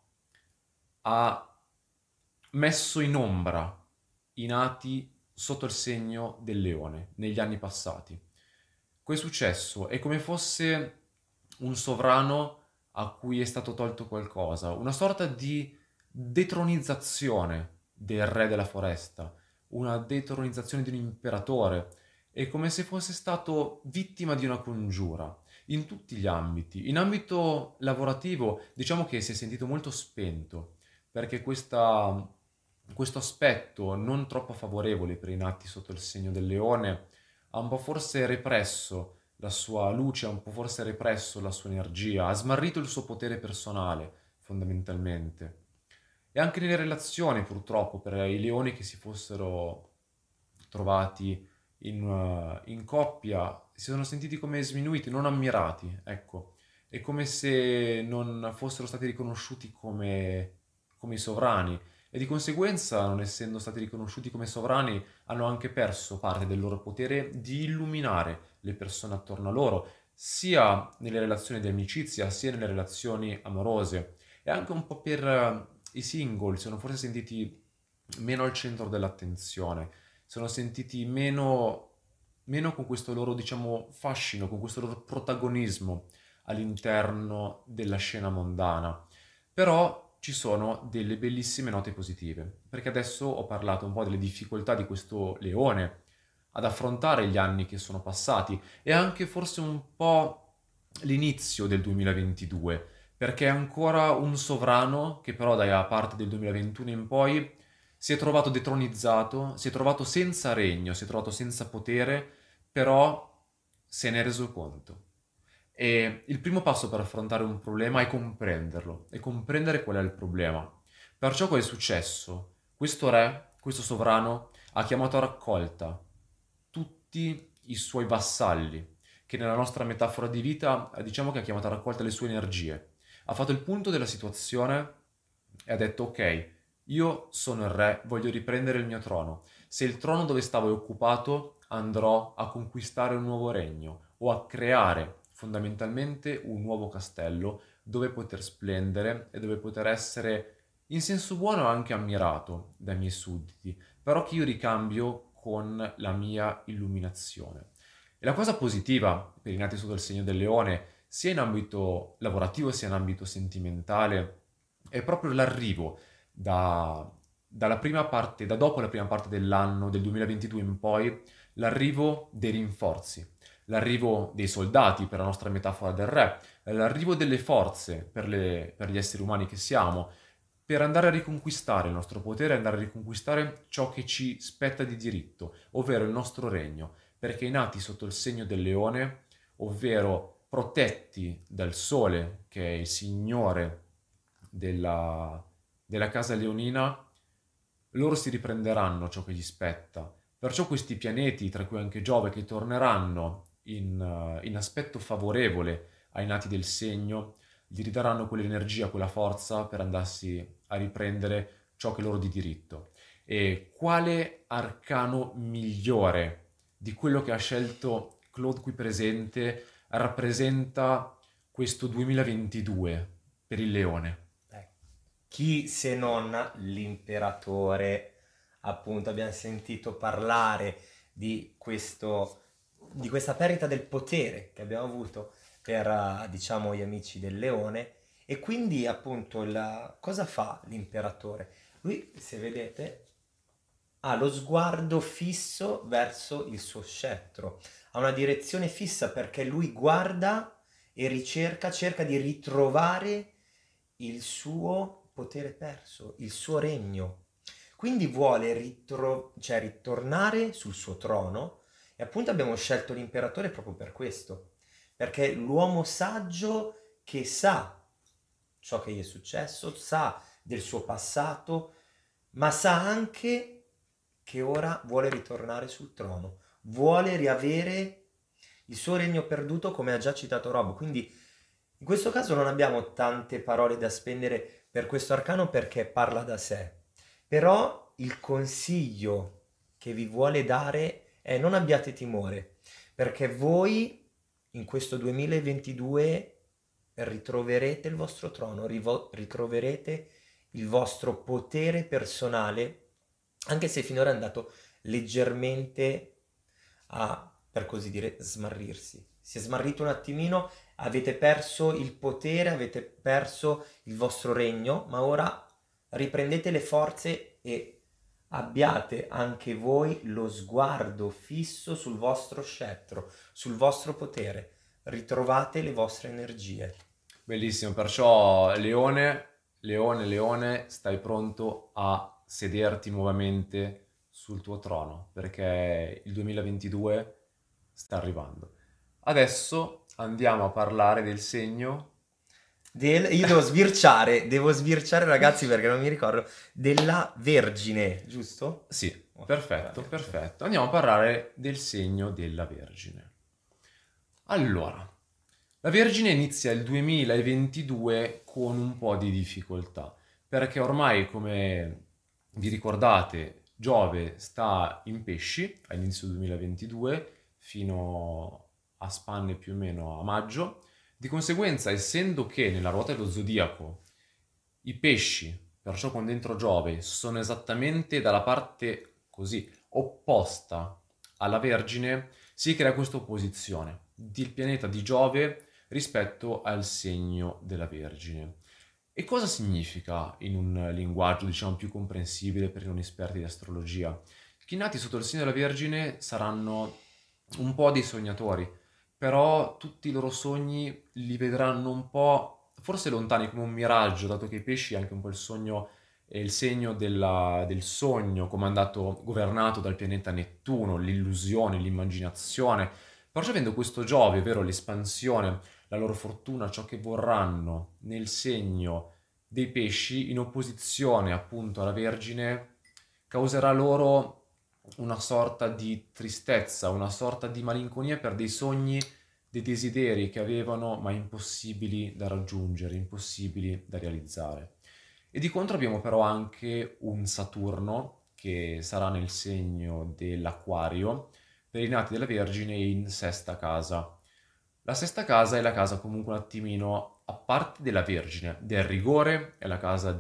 ha messo in ombra i nati sotto il segno del leone negli anni passati. Questo è successo? È come fosse un sovrano a cui è stato tolto qualcosa, una sorta di detronizzazione del re della foresta, una detronizzazione di un imperatore. È come se fosse stato vittima di una congiura in tutti gli ambiti. In ambito lavorativo, diciamo che si è sentito molto spento, perché questo aspetto non troppo favorevole per i nati sotto il segno del leone ha un po' forse represso la sua luce, ha un po' forse represso la sua energia, ha smarrito il suo potere personale, fondamentalmente. E anche nelle relazioni, purtroppo, per i leoni che si fossero trovati in coppia, si sono sentiti come sminuiti, non ammirati, ecco. È come se non fossero stati riconosciuti come i sovrani e di conseguenza, non essendo stati riconosciuti come sovrani, hanno anche perso parte del loro potere di illuminare le persone attorno a loro, sia nelle relazioni di amicizia, sia nelle relazioni amorose. E anche un po' per i single, si sono forse sentiti meno al centro dell'attenzione, sono sentiti meno meno con questo loro, diciamo, fascino, con questo loro protagonismo all'interno della scena mondana. Però ci sono delle bellissime note positive, perché adesso ho parlato un po' delle difficoltà di questo leone ad affrontare gli anni che sono passati e anche forse un po' l'inizio del 2022, perché è ancora un sovrano che però da parte del 2021 in poi si è trovato detronizzato, si è trovato senza regno, si è trovato senza potere, però se ne è reso conto. E il primo passo per affrontare un problema è comprenderlo, e comprendere qual è il problema. Perciò cosa è successo? Questo re, questo sovrano, ha chiamato a raccolta tutti i suoi vassalli, che nella nostra metafora di vita diciamo che ha chiamato a raccolta le sue energie. Ha fatto il punto della situazione e ha detto ok, io sono il re, voglio riprendere il mio trono. Se il trono dove stavo è occupato, andrò a conquistare un nuovo regno o a creare fondamentalmente un nuovo castello dove poter splendere e dove poter essere in senso buono anche ammirato dai miei sudditi, però che io ricambio con la mia illuminazione. E la cosa positiva per i nati sotto il segno del leone, sia in ambito lavorativo sia in ambito sentimentale, è proprio l'arrivo dalla prima parte, da dopo la prima parte dell'anno, del 2022 in poi, l'arrivo dei rinforzi, l'arrivo dei soldati, per la nostra metafora del re, l'arrivo delle forze per gli esseri umani che siamo, per andare a riconquistare il nostro potere, andare a riconquistare ciò che ci spetta di diritto, ovvero il nostro regno, perché i nati sotto il segno del leone, ovvero protetti dal sole, che è il signore della, della casa leonina, loro si riprenderanno ciò che gli spetta. Perciò questi pianeti, tra cui anche Giove, che torneranno in aspetto favorevole ai nati del segno, gli ridaranno quell'energia, quella forza per andarsi a riprendere ciò che è loro di diritto. E quale arcano migliore di quello che ha scelto Claude qui presente rappresenta questo 2022 per il leone? Eh, Chi se non l'imperatore, appunto, abbiamo sentito parlare di di questa perdita del potere che abbiamo avuto per, diciamo, gli amici del leone. E quindi, appunto, cosa fa l'imperatore? Lui, se vedete, ha lo sguardo fisso verso il suo scettro, ha una direzione fissa perché lui guarda e ricerca, cerca di ritrovare il suo potere perso, il suo regno. Quindi vuole cioè, ritornare sul suo trono e appunto abbiamo scelto l'imperatore proprio per questo, perché è l'uomo saggio che sa ciò che gli è successo, sa del suo passato, ma sa anche che ora vuole ritornare sul trono, vuole riavere il suo regno perduto come ha già citato Rob. Quindi in questo caso non abbiamo tante parole da spendere per questo arcano perché parla da sé. Però il consiglio che vi vuole dare è non abbiate timore, perché voi in questo 2022 ritroverete il vostro trono, ritroverete il vostro potere personale, anche se finora è andato leggermente a, per così dire, smarrirsi. Si è smarrito un attimino, avete perso il potere, avete perso il vostro regno, ma ora riprendete le forze e abbiate anche voi lo sguardo fisso sul vostro scettro, sul vostro potere. Ritrovate le vostre energie. Bellissimo, perciò Leone, Leone, Leone, stai pronto a sederti nuovamente sul tuo trono, perché il 2022 sta arrivando. Adesso andiamo a parlare del segno. Io devo sbirciare ragazzi perché non mi ricordo, della Vergine, giusto? Sì, Oh, della perfetto, Vergine. perfetto. Andiamo a parlare del segno della Vergine. Allora, la Vergine inizia il 2022 con un po' di difficoltà, perché ormai, come vi ricordate, Giove sta in pesci all'inizio 2022 fino a spanne più o meno a maggio. Di conseguenza, essendo che nella ruota dello zodiaco i pesci, perciò con dentro Giove, sono esattamente dalla parte così opposta alla Vergine, si crea questa opposizione del pianeta di Giove rispetto al segno della Vergine. E cosa significa in un linguaggio, diciamo, più comprensibile per i non esperti di astrologia? Che i nati sotto il segno della Vergine saranno un po' dei sognatori, però tutti i loro sogni li vedranno un po', forse lontani, come un miraggio, dato che i pesci è anche un po' il sogno e il segno del sogno comandato, governato dal pianeta Nettuno, l'illusione, l'immaginazione. Perciò avendo questo Giove, ovvero l'espansione, la loro fortuna, ciò che vorranno nel segno dei pesci, in opposizione appunto alla Vergine, causerà loro una sorta di tristezza, una sorta di malinconia per dei sogni, dei desideri che avevano, ma impossibili da raggiungere, impossibili da realizzare. E di contro abbiamo però anche un Saturno che sarà nel segno dell'Acquario per i nati della Vergine in sesta casa. La sesta casa è la casa comunque un attimino a parte della Vergine, del rigore, è la casa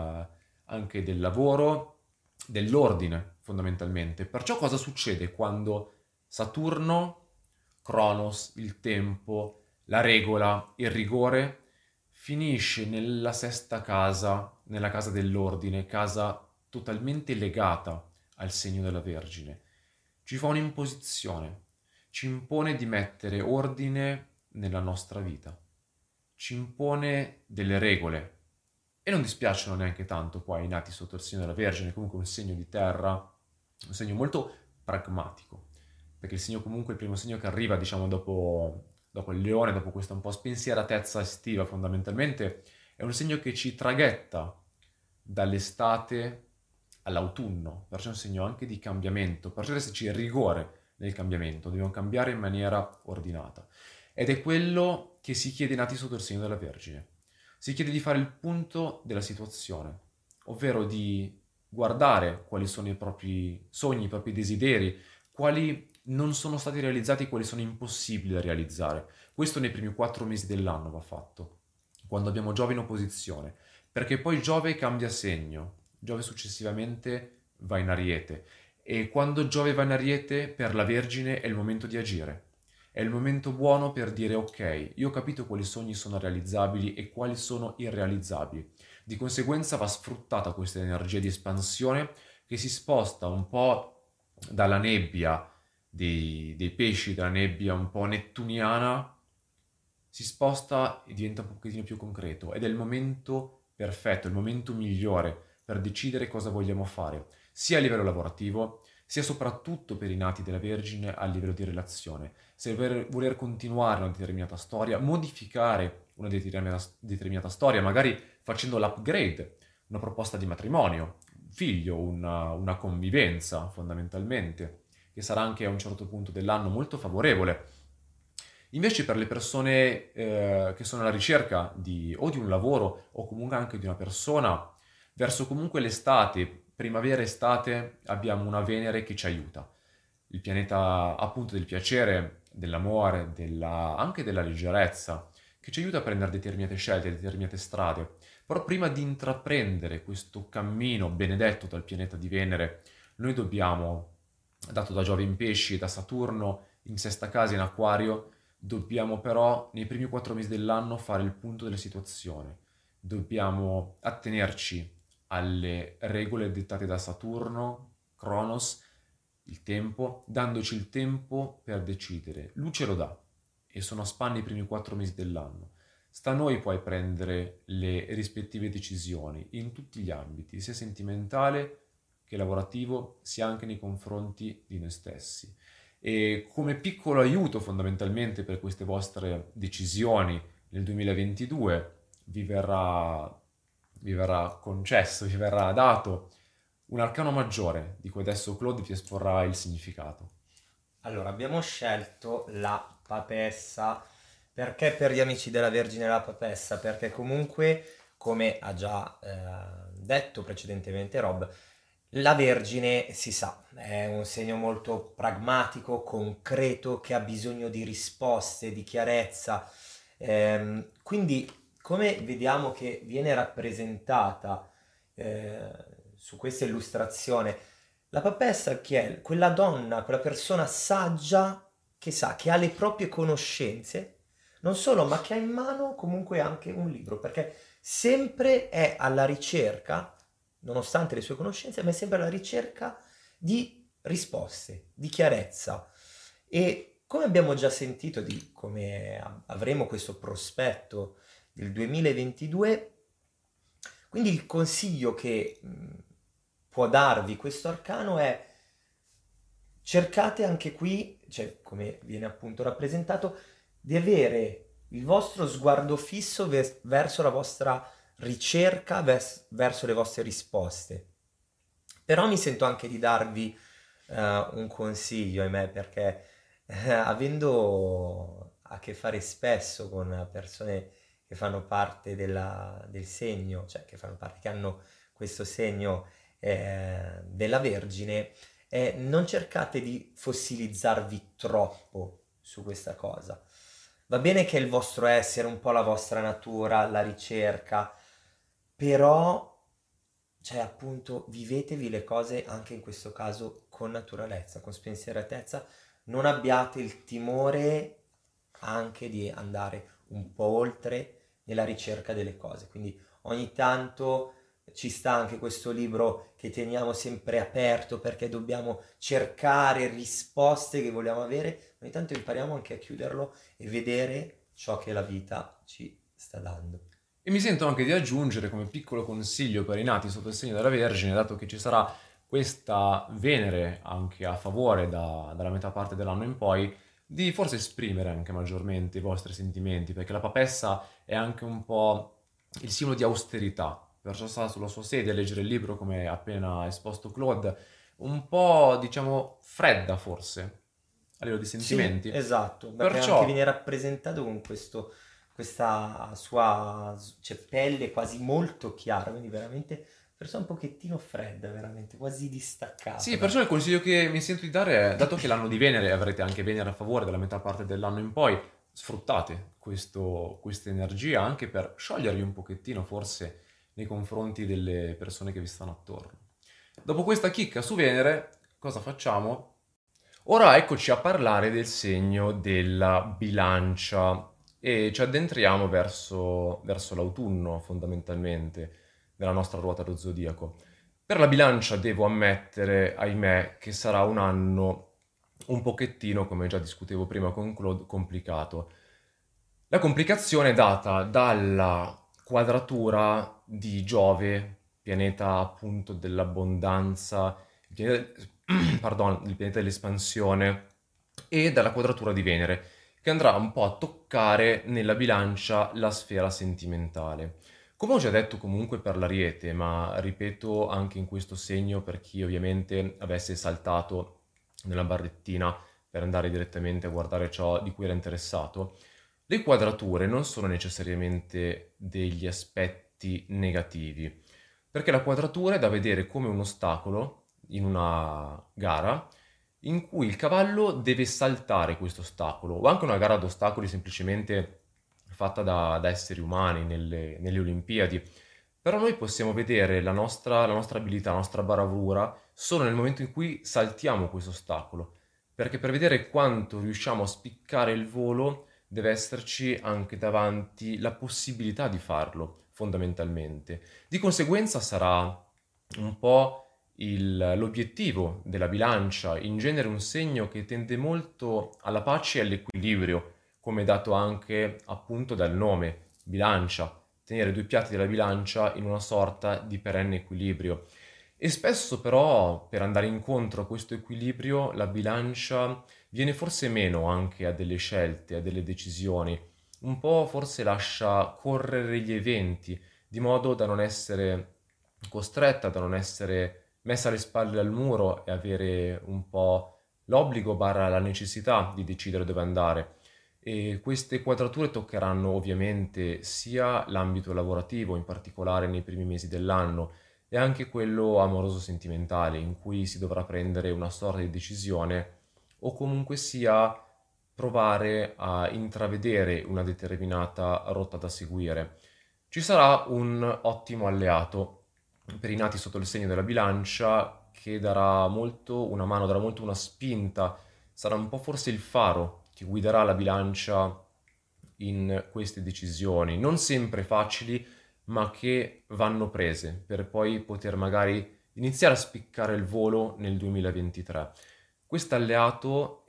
anche del lavoro, dell'ordine fondamentalmente. Perciò cosa succede quando Saturno, Cronos, il tempo, la regola, il rigore finisce nella sesta casa, nella casa dell'ordine, casa totalmente legata al segno della Vergine? Ci fa un'imposizione, ci impone di mettere ordine nella nostra vita, ci impone delle regole e non dispiacciono neanche tanto poi ai nati sotto il segno della Vergine, comunque un segno di terra, un segno molto pragmatico, perché il segno comunque è il primo segno che arriva, diciamo, dopo il leone, dopo questa un po' spensieratezza estiva fondamentalmente, è un segno che ci traghetta dall'estate all'autunno, perciò è un segno anche di cambiamento, perciò deve esserci rigore nel cambiamento, dobbiamo cambiare in maniera ordinata. Ed è quello che si chiede ai nati sotto il segno della Vergine. Si chiede di fare il punto della situazione, ovvero di guardare quali sono i propri sogni, i propri desideri, quali non sono stati realizzati, quali sono impossibili da realizzare. Questo nei primi 4 mesi dell'anno va fatto, quando abbiamo Giove in opposizione, perché poi Giove cambia segno, Giove successivamente va in Ariete e quando Giove va in Ariete per la Vergine è il momento di agire. È il momento buono per dire ok, io ho capito quali sogni sono realizzabili e quali sono irrealizzabili. Di conseguenza va sfruttata questa energia di espansione che si sposta un po' dalla nebbia dei pesci, dalla nebbia un po' nettuniana, si sposta e diventa un pochettino più concreto ed è il momento perfetto, il momento migliore per decidere cosa vogliamo fare, sia a livello lavorativo, sia soprattutto per i nati della Vergine a livello di relazione. Se voler continuare una determinata storia, modificare una determinata storia, magari facendo l'upgrade, una proposta di matrimonio, un figlio, una convivenza fondamentalmente, che sarà anche a un certo punto dell'anno molto favorevole. Invece per le persone che sono alla ricerca o di un lavoro o comunque anche di una persona, verso comunque l'estate, primavera-estate, abbiamo una Venere che ci aiuta. Il pianeta appunto del piacere, dell'amore, anche della leggerezza, che ci aiuta a prendere determinate scelte, determinate strade. Però prima di intraprendere questo cammino benedetto dal pianeta di Venere, noi dobbiamo, dato da Giove in pesci e da Saturno in sesta casa in acquario, dobbiamo però nei primi 4 mesi dell'anno fare il punto della situazione. Dobbiamo attenerci alle regole dettate da Saturno, Cronos, il tempo, dandoci il tempo per decidere. Lui ce lo dà e sono a spanne i primi 4 mesi dell'anno. Sta a noi poi prendere le rispettive decisioni in tutti gli ambiti, sia sentimentale che lavorativo, sia anche nei confronti di noi stessi. E come piccolo aiuto fondamentalmente per queste vostre decisioni nel 2022 vi verrà concesso, vi verrà dato un arcano maggiore di cui adesso Claude vi esporrà il significato. Allora, abbiamo scelto la papessa. Perché per gli amici della Vergine la papessa? Perché comunque, come ha già detto precedentemente Rob, la Vergine si sa, è un segno molto pragmatico, concreto, che ha bisogno di risposte, di chiarezza. Quindi, come vediamo che viene rappresentata eh, su questa illustrazione, la papessa che è quella donna, quella persona saggia che sa, che ha le proprie conoscenze, non solo, ma che ha in mano comunque anche un libro, perché sempre è alla ricerca, nonostante le sue conoscenze, ma è sempre alla ricerca di risposte, di chiarezza. E come abbiamo già sentito, di come avremo questo prospetto del 2022, quindi il consiglio che può darvi questo arcano è: cercate anche qui, cioè come viene appunto rappresentato, di avere il vostro sguardo fisso verso la vostra ricerca, verso le vostre risposte. Però mi sento anche di darvi un consiglio, ahimè, perché avendo a che fare spesso con persone che fanno parte del segno, cioè che fanno parte, che hanno questo segno della Vergine, non cercate di fossilizzarvi troppo su questa cosa. Va bene che è il vostro essere, un po' la vostra natura, la ricerca, però, cioè appunto, vivetevi le cose anche in questo caso con naturalezza, con spensieratezza. Non abbiate il timore anche di andare un po' oltre nella ricerca delle cose. Quindi ogni tanto ci sta anche questo libro che teniamo sempre aperto perché dobbiamo cercare risposte che vogliamo avere. Ogni tanto impariamo anche a chiuderlo e vedere ciò che la vita ci sta dando. E mi sento anche di aggiungere come piccolo consiglio per i nati sotto il segno della Vergine, dato che ci sarà questa Venere anche a favore dalla metà parte dell'anno in poi, di forse esprimere anche maggiormente i vostri sentimenti, perché la papessa è anche un po' il simbolo di austerità, perciò sta sulla sua sedia a leggere il libro, come appena esposto Claude, un po', diciamo, fredda forse, a livello di Sì, sentimenti. esatto, perché anche Perciò viene rappresentato con questa sua, cioè, pelle quasi molto chiara, quindi veramente persona un pochettino fredda, veramente, quasi distaccata sì, da... perciò il consiglio che mi sento di dare è, dato che l'anno di Venere avrete anche Venere a favore della metà parte dell'anno in poi, sfruttate questa energia anche per sciogliervi un pochettino forse nei confronti delle persone che vi stanno attorno. Dopo questa chicca su Venere, cosa facciamo? Ora eccoci a parlare del segno della bilancia e ci addentriamo verso l'autunno fondamentalmente della nostra ruota dello zodiaco. Per la bilancia devo ammettere, ahimè, che sarà un anno un pochettino, come già discutevo prima con Claude, complicato. La complicazione è data dalla quadratura di Giove, pianeta appunto dell'abbondanza, il pianeta, pardon, il pianeta dell'espansione, e dalla quadratura di Venere, che andrà un po' a toccare nella bilancia la sfera sentimentale. Come ho già detto comunque per l'Ariete, ma ripeto anche in questo segno per chi ovviamente avesse saltato nella barrettina per andare direttamente a guardare ciò di cui era interessato, le quadrature non sono necessariamente degli aspetti negativi, perché la quadratura è da vedere come un ostacolo in una gara in cui il cavallo deve saltare questo ostacolo, o anche una gara ad ostacoli semplicemente fatta da esseri umani nelle Olimpiadi. Però noi possiamo vedere la nostra abilità, la nostra bravura solo nel momento in cui saltiamo questo ostacolo, perché per vedere quanto riusciamo a spiccare il volo deve esserci anche davanti la possibilità di farlo, fondamentalmente. Di conseguenza sarà un po' l'obiettivo della bilancia, in genere un segno che tende molto alla pace e all'equilibrio, come dato anche appunto dal nome, bilancia, tenere due piatti della bilancia in una sorta di perenne equilibrio. E spesso però per andare incontro a questo equilibrio la bilancia viene forse meno anche a delle scelte, a delle decisioni, un po' forse lascia correre gli eventi, di modo da non essere costretta, da non essere messa alle spalle al muro e avere un po' l'obbligo barra la necessità di decidere dove andare. E queste quadrature toccheranno ovviamente sia l'ambito lavorativo, in particolare nei primi mesi dell'anno, e anche quello amoroso sentimentale, in cui si dovrà prendere una sorta di decisione o comunque sia provare a intravedere una determinata rotta da seguire. Ci sarà un ottimo alleato per i nati sotto il segno della bilancia che darà molto una mano, darà molto una spinta sarà un po' forse il faro che guiderà la bilancia in queste decisioni, non sempre facili, ma che vanno prese per poi poter magari iniziare a spiccare il volo nel 2023. Quest'alleato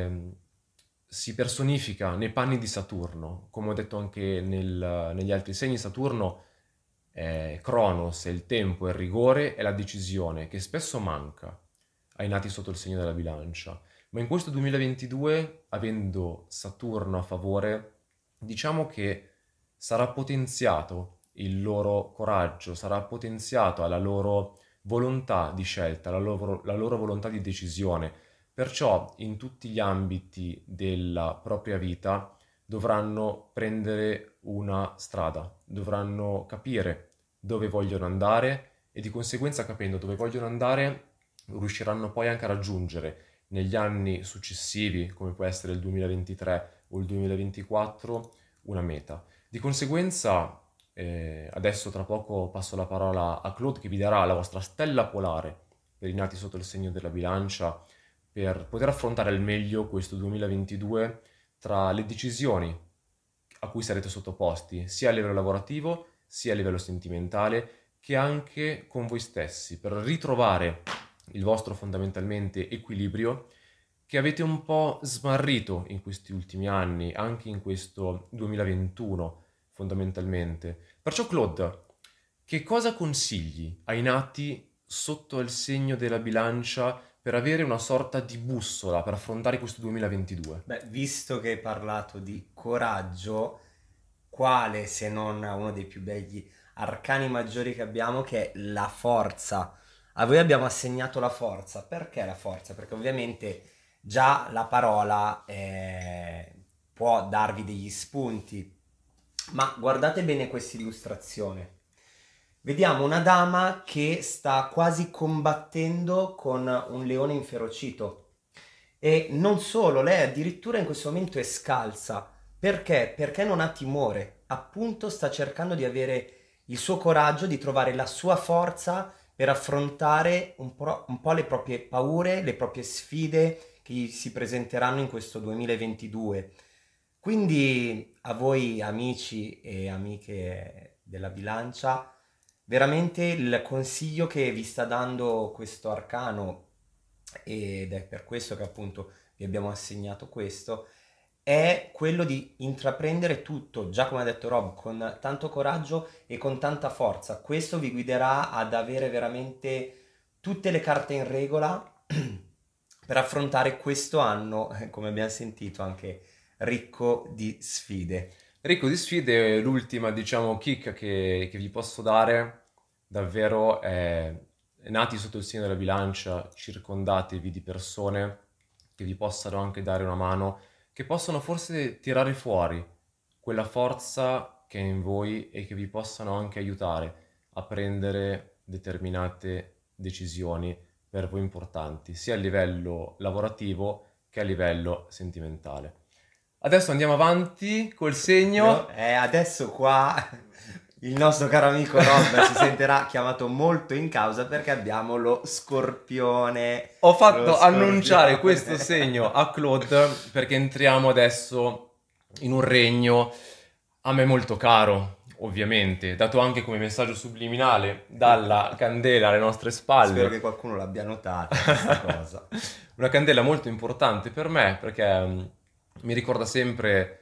si personifica nei panni di Saturno, come ho detto anche negli altri segni. Saturno è Cronos, è il tempo, è il rigore, è la decisione, che spesso manca ai nati sotto il segno della bilancia. Ma in questo 2022, avendo Saturno a favore, diciamo che sarà potenziato il loro coraggio, sarà potenziata la loro volontà di scelta, la loro volontà di decisione. Perciò in tutti gli ambiti della propria vita dovranno prendere una strada, dovranno capire dove vogliono andare e di conseguenza, capendo dove vogliono andare, riusciranno poi anche a raggiungere negli anni successivi, come può essere il 2023 o il 2024, una meta. Di conseguenza, adesso tra poco passo la parola a Claude che vi darà la vostra stella polare per i nati sotto il segno della bilancia, per poter affrontare al meglio questo 2022 tra le decisioni a cui sarete sottoposti, sia a livello lavorativo, sia a livello sentimentale, che anche con voi stessi, per ritrovare il vostro fondamentalmente equilibrio che avete un po' smarrito in questi ultimi anni, anche in questo 2021 fondamentalmente. Perciò Claude, che cosa consigli ai nati sotto il segno della bilancia per avere una sorta di bussola per affrontare questo 2022? Beh, visto che hai parlato di coraggio, quale se non uno dei più begli arcani maggiori che abbiamo, che è la forza. A voi abbiamo assegnato la forza. Perché la forza? Perché ovviamente già la parola può darvi degli spunti, ma guardate bene questa illustrazione. Vediamo una dama che sta quasi combattendo con un leone inferocito. E non solo, lei addirittura in questo momento è scalza. Perché? Perché non ha timore. Appunto sta cercando di avere il suo coraggio, di trovare la sua forza per affrontare un po' le proprie paure, le proprie sfide che gli si presenteranno in questo 2022. Quindi a voi amici e amiche della bilancia, veramente il consiglio che vi sta dando questo arcano, ed è per questo che appunto vi abbiamo assegnato questo, è quello di intraprendere tutto, già come ha detto Rob, con tanto coraggio e con tanta forza. Questo vi guiderà ad avere veramente tutte le carte in regola per affrontare questo anno, come abbiamo sentito, anche ricco di sfide. Ricco di sfide, l'ultima, diciamo, kick che vi posso dare, davvero è nati sotto il segno della bilancia, circondatevi di persone che vi possano anche dare una mano, che possono forse tirare fuori quella forza che è in voi e che vi possano anche aiutare a prendere determinate decisioni per voi importanti, sia a livello lavorativo che a livello sentimentale. Adesso andiamo avanti col segno. Adesso qua il nostro caro amico Rob si sentirà chiamato molto in causa perché abbiamo lo Scorpione. Ho fatto Lo annunciare Scorpione. questo segno a Claude perché entriamo adesso in un regno a me molto caro, ovviamente, dato anche come messaggio subliminale dalla candela alle nostre spalle. Spero che qualcuno l'abbia notata questa cosa. Una candela molto importante per me perché mi ricorda sempre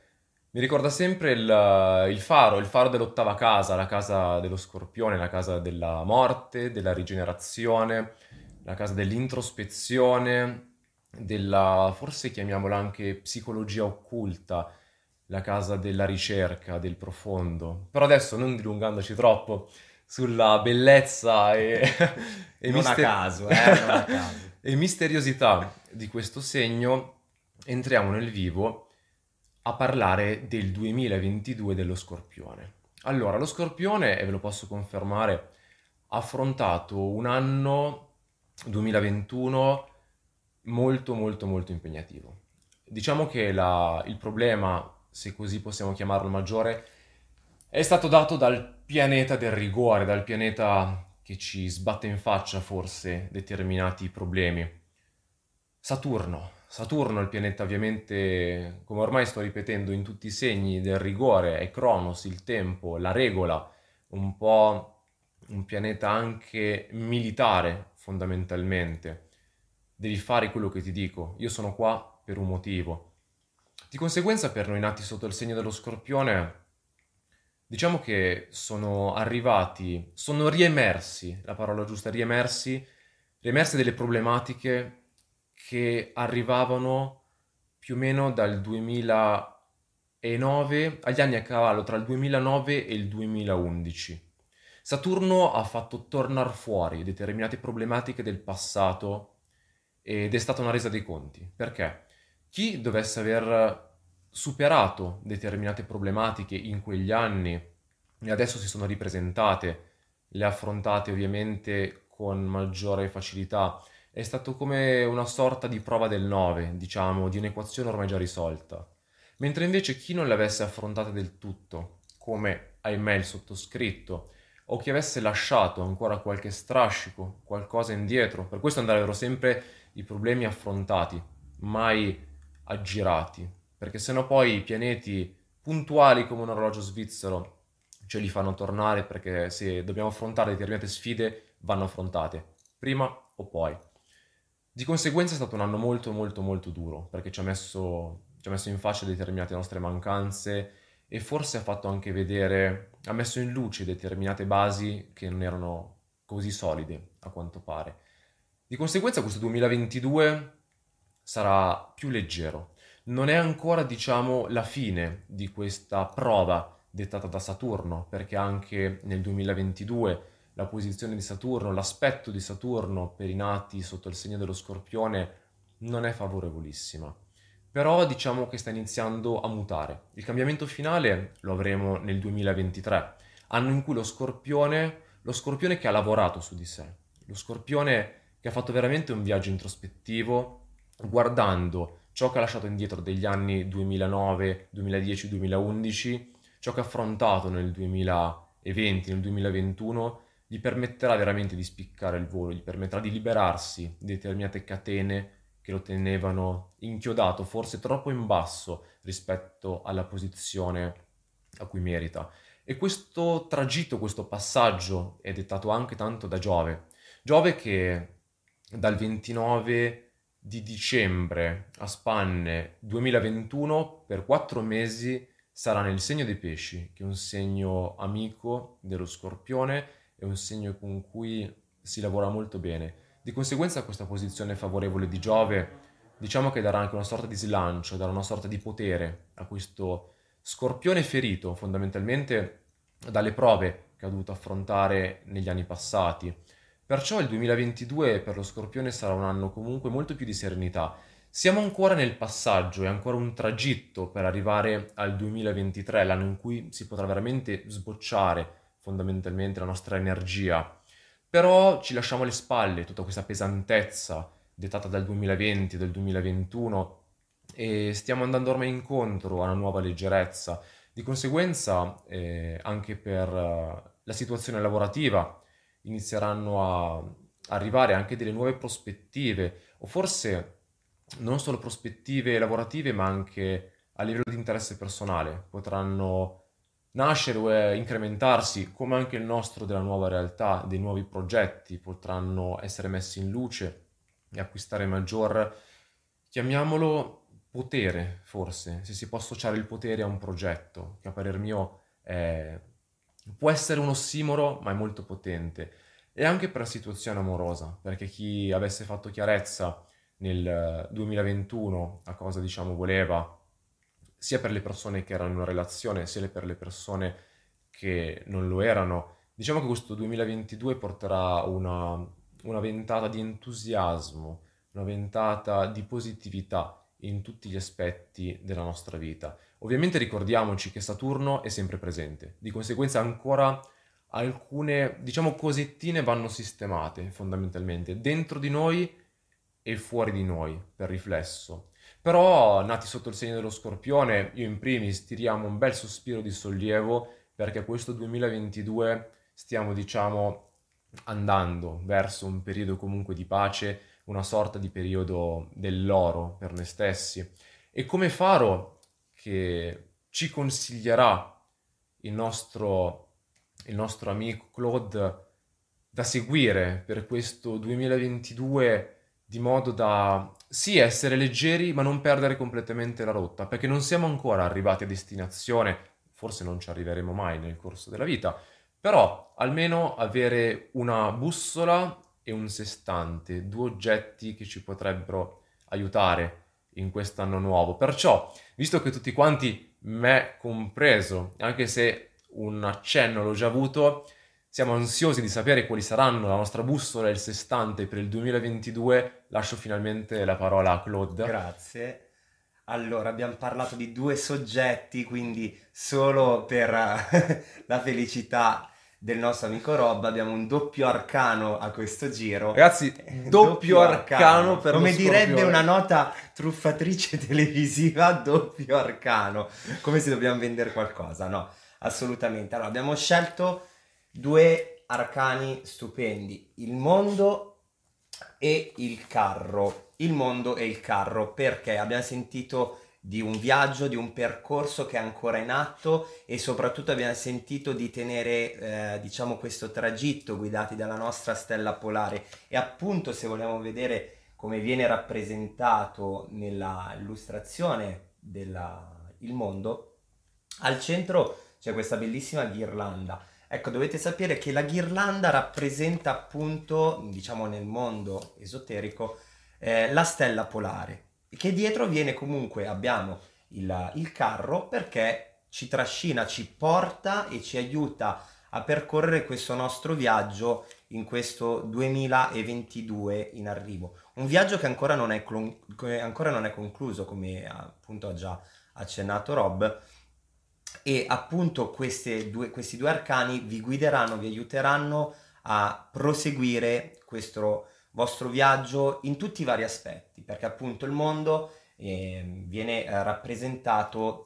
il faro dell'ottava casa, la casa dello Scorpione, la casa della morte, della rigenerazione, la casa dell'introspezione, della, forse chiamiamola anche psicologia occulta, la casa della ricerca, del profondo. Però adesso, non dilungandoci troppo sulla bellezza e Non a caso, non a caso. e misteriosità di questo segno, entriamo nel vivo a parlare del 2022 dello Scorpione. Allora, lo Scorpione, e ve lo posso confermare, ha affrontato un anno 2021 molto molto molto impegnativo. Diciamo che il problema, se così possiamo chiamarlo maggiore, è stato dato dal pianeta del rigore, dal pianeta che ci sbatte in faccia forse determinati problemi. Saturno. Saturno è il pianeta ovviamente, come ormai sto ripetendo, in tutti i segni del rigore, è Cronos, il tempo, la regola, un po' un pianeta anche militare fondamentalmente. Devi fare quello che ti dico, io sono qua per un motivo. Di conseguenza per noi nati sotto il segno dello Scorpione, diciamo che sono arrivati, sono riemersi, la parola giusta, riemerse delle problematiche che arrivavano più o meno dal 2009 agli anni a cavallo tra il 2009 e il 2011. Saturno ha fatto tornare fuori determinate problematiche del passato ed è stata una resa dei conti. Perché? Chi dovesse aver superato determinate problematiche in quegli anni e adesso si sono ripresentate, le ha affrontate ovviamente con maggiore facilità, è stato come una sorta di prova del 9, diciamo, di un'equazione ormai già risolta. Mentre invece chi non le avesse affrontate del tutto, come ahimè il sottoscritto, o chi avesse lasciato ancora qualche strascico, qualcosa indietro, per questo andrebbero sempre i problemi affrontati, mai aggirati, perché sennò poi i pianeti puntuali come un orologio svizzero ce li fanno tornare perché se dobbiamo affrontare determinate sfide vanno affrontate, prima o poi. Di conseguenza è stato un anno molto molto molto duro perché ci ha messo in faccia determinate nostre mancanze e forse ha fatto anche vedere, ha messo in luce determinate basi che non erano così solide a quanto pare. Di conseguenza questo 2022 sarà più leggero. Non è ancora, diciamo, la fine di questa prova dettata da Saturno, perché anche nel 2022 la posizione di Saturno, l'aspetto di Saturno per i nati sotto il segno dello Scorpione non è favorevolissima. Però diciamo che sta iniziando a mutare. Il cambiamento finale lo avremo nel 2023, anno in cui lo Scorpione che ha lavorato su di sé, lo Scorpione che ha fatto veramente un viaggio introspettivo, guardando ciò che ha lasciato indietro degli anni 2009, 2010, 2011, ciò che ha affrontato nel 2020, nel 2021, gli permetterà veramente di spiccare il volo, gli permetterà di liberarsi di determinate catene che lo tenevano inchiodato, forse troppo in basso rispetto alla posizione a cui merita. E questo tragitto, questo passaggio è dettato anche tanto da Giove. Giove che dal 29 di dicembre a spanne 2021 per 4 mesi sarà nel segno dei pesci, che è un segno amico dello Scorpione, è un segno con cui si lavora molto bene. Di conseguenza questa posizione favorevole di Giove diciamo che darà anche una sorta di slancio, darà una sorta di potere a questo Scorpione ferito fondamentalmente dalle prove che ha dovuto affrontare negli anni passati. Perciò il 2022 per lo Scorpione sarà un anno comunque molto più di serenità. Siamo ancora nel passaggio, è ancora un tragitto per arrivare al 2023, l'anno in cui si potrà veramente sbocciare fondamentalmente la nostra energia. Però ci lasciamo alle spalle tutta questa pesantezza dettata dal 2020, dal 2021 e stiamo andando ormai incontro a una nuova leggerezza. Di conseguenza, anche per la situazione lavorativa inizieranno a arrivare anche delle nuove prospettive, o forse non solo prospettive lavorative, ma anche a livello di interesse personale. Potranno nascere o incrementarsi, come anche il nostro della nuova realtà, dei nuovi progetti potranno essere messi in luce e acquistare maggior, chiamiamolo potere, forse, se si può associare il potere a un progetto, che a parer mio può essere un ossimoro, ma è molto potente. E anche per la situazione amorosa, perché chi avesse fatto chiarezza nel 2021 a cosa, diciamo, voleva, sia per le persone che erano in una relazione, sia per le persone che non lo erano, diciamo che questo 2022 porterà una ventata di entusiasmo, una ventata di positività in tutti gli aspetti della nostra vita. Ovviamente ricordiamoci che Saturno è sempre presente, di conseguenza ancora alcune, diciamo, cosettine vanno sistemate fondamentalmente dentro di noi e fuori di noi, per riflesso. Però, nati sotto il segno dello Scorpione, io in primis tiriamo un bel sospiro di sollievo perché questo 2022 stiamo, diciamo, andando verso un periodo comunque di pace, una sorta di periodo dell'oro per noi stessi. E come faro che ci consiglierà il nostro amico Claude da seguire per questo 2022 di modo da sì essere leggeri ma non perdere completamente la rotta, perché non siamo ancora arrivati a destinazione, forse non ci arriveremo mai nel corso della vita, però almeno avere una bussola e un sestante, due oggetti che ci potrebbero aiutare in quest'anno nuovo. Perciò, visto che tutti quanti, me compreso, anche se un accenno l'ho già avuto, siamo ansiosi di sapere quali saranno la nostra bussola e il sestante per il 2022, lascio finalmente la parola a Claude. Grazie. Allora, abbiamo parlato di due soggetti, quindi solo per la felicità del nostro amico Rob abbiamo un doppio arcano a questo giro. Ragazzi, doppio arcano per come lo direbbe Scorpione. una nota truffatrice televisiva, doppio arcano, come se dobbiamo vendere qualcosa, no, assolutamente. Allora, abbiamo scelto due arcani stupendi, il mondo e il carro. Il mondo e il carro, perché abbiamo sentito di un viaggio, di un percorso che è ancora in atto e soprattutto abbiamo sentito di tenere, diciamo, questo tragitto guidati dalla nostra stella polare. E appunto, se vogliamo vedere come viene rappresentato nella illustrazione del mondo, al centro c'è questa bellissima ghirlanda. Ecco, dovete sapere che la ghirlanda rappresenta appunto, diciamo nel mondo esoterico, la stella polare, che dietro viene comunque, abbiamo il carro perché ci trascina, ci porta e ci aiuta a percorrere questo nostro viaggio in questo 2022 in arrivo. Un viaggio che ancora non è concluso, come appunto ha già accennato Rob, e appunto questi due arcani vi guideranno, vi aiuteranno a proseguire questo vostro viaggio in tutti i vari aspetti, perché appunto il mondo viene rappresentato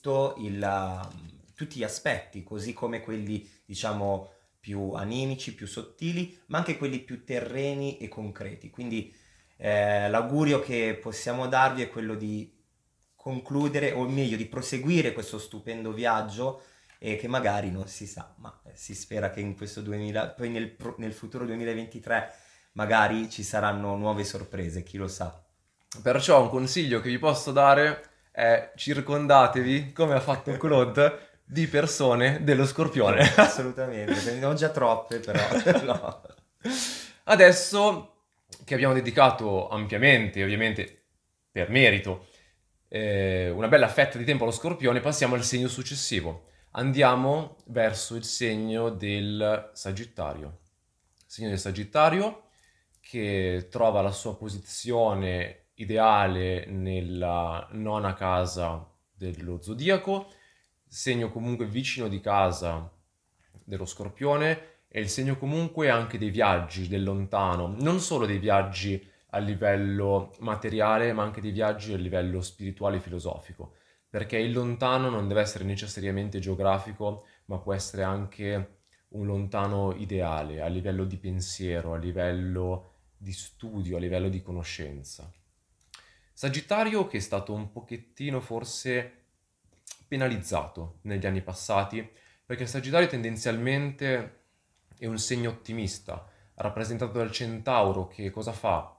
tutti gli aspetti, così come quelli diciamo più animici, più sottili, ma anche quelli più terreni e concreti. Quindi l'augurio che possiamo darvi è quello di concludere, o meglio di proseguire questo stupendo viaggio e che magari non si sa, ma si spera che in questo 2000, poi nel futuro 2023 magari ci saranno nuove sorprese, chi lo sa. Perciò un consiglio che vi posso dare è circondatevi, come ha fatto Claude, di persone dello Scorpione. Assolutamente, ne ho già troppe però. No. Adesso che abbiamo dedicato ampiamente, ovviamente per merito, una bella fetta di tempo allo Scorpione, passiamo al segno successivo. Andiamo verso il segno del Sagittario. Il segno del Sagittario che trova la sua posizione ideale nella nona casa dello zodiaco, segno comunque vicino di casa dello Scorpione, è il segno comunque anche dei viaggi, del lontano, non solo dei viaggi a livello materiale, ma anche dei viaggi a livello spirituale e filosofico, perché il lontano non deve essere necessariamente geografico, ma può essere anche un lontano ideale, a livello di pensiero, a livello di studio, a livello di conoscenza. Sagittario che è stato un pochettino forse penalizzato negli anni passati, perché il Sagittario tendenzialmente è un segno ottimista, rappresentato dal Centauro che cosa fa?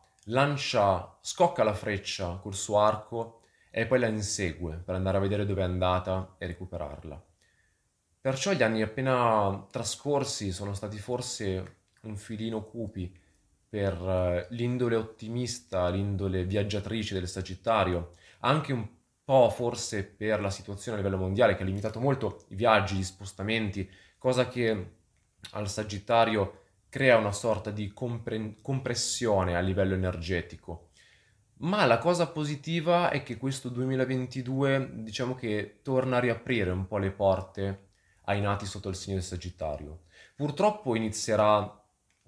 Scocca la freccia col suo arco e poi la insegue per andare a vedere dove è andata e recuperarla. Perciò gli anni appena trascorsi sono stati forse un filino cupi per l'indole ottimista, l'indole viaggiatrice del Sagittario, anche un po' forse per la situazione a livello mondiale che ha limitato molto i viaggi, gli spostamenti, cosa che al Sagittario crea una sorta di compressione a livello energetico. Ma la cosa positiva è che questo 2022 diciamo che torna a riaprire un po' le porte ai nati sotto il segno del Sagittario. Purtroppo inizierà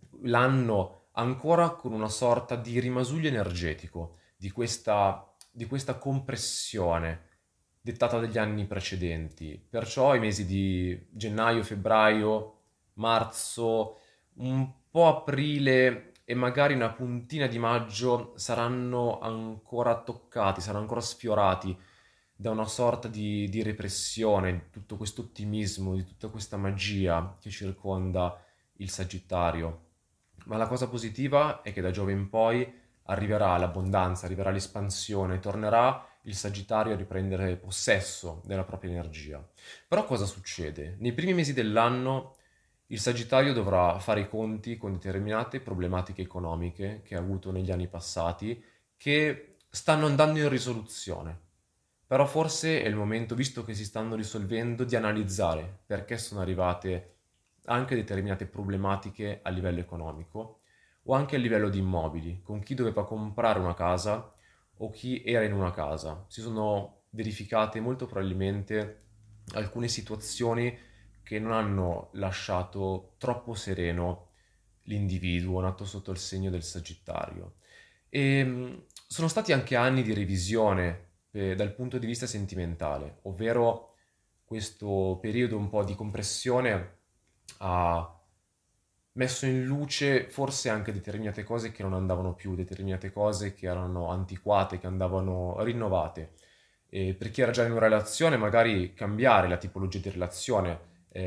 l'anno ancora con una sorta di rimasuglio energetico di questa compressione dettata dagli anni precedenti. Perciò i mesi di gennaio, febbraio, marzo, un po' aprile e magari una puntina di maggio saranno ancora toccati, saranno ancora sfiorati da una sorta di repressione, di tutto questo ottimismo, di tutta questa magia che circonda il Sagittario. Ma la cosa positiva è che da Giove in poi arriverà l'abbondanza, arriverà l'espansione, tornerà il Sagittario a riprendere possesso della propria energia. Però cosa succede? Nei primi mesi dell'anno il Sagittario dovrà fare i conti con determinate problematiche economiche che ha avuto negli anni passati che stanno andando in risoluzione. Però forse è il momento, visto che si stanno risolvendo, di analizzare perché sono arrivate anche determinate problematiche a livello economico o anche a livello di immobili, con chi doveva comprare una casa o chi era in una casa. Si sono verificate molto probabilmente alcune situazioni che non hanno lasciato troppo sereno l'individuo nato sotto il segno del Sagittario. E sono stati anche anni di revisione dal punto di vista sentimentale, ovvero questo periodo un po' di compressione ha messo in luce forse anche determinate cose che non andavano più, determinate cose che erano antiquate, che andavano rinnovate. E per chi era già in una relazione, magari cambiare la tipologia di relazione,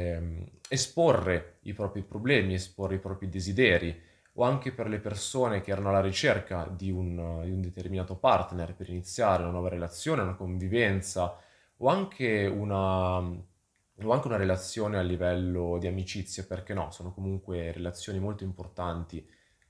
esporre i propri problemi, esporre i propri desideri, o anche per le persone che erano alla ricerca di un determinato partner per iniziare una nuova relazione, una convivenza o anche una relazione a livello di amicizia, perché no? Sono comunque relazioni molto importanti,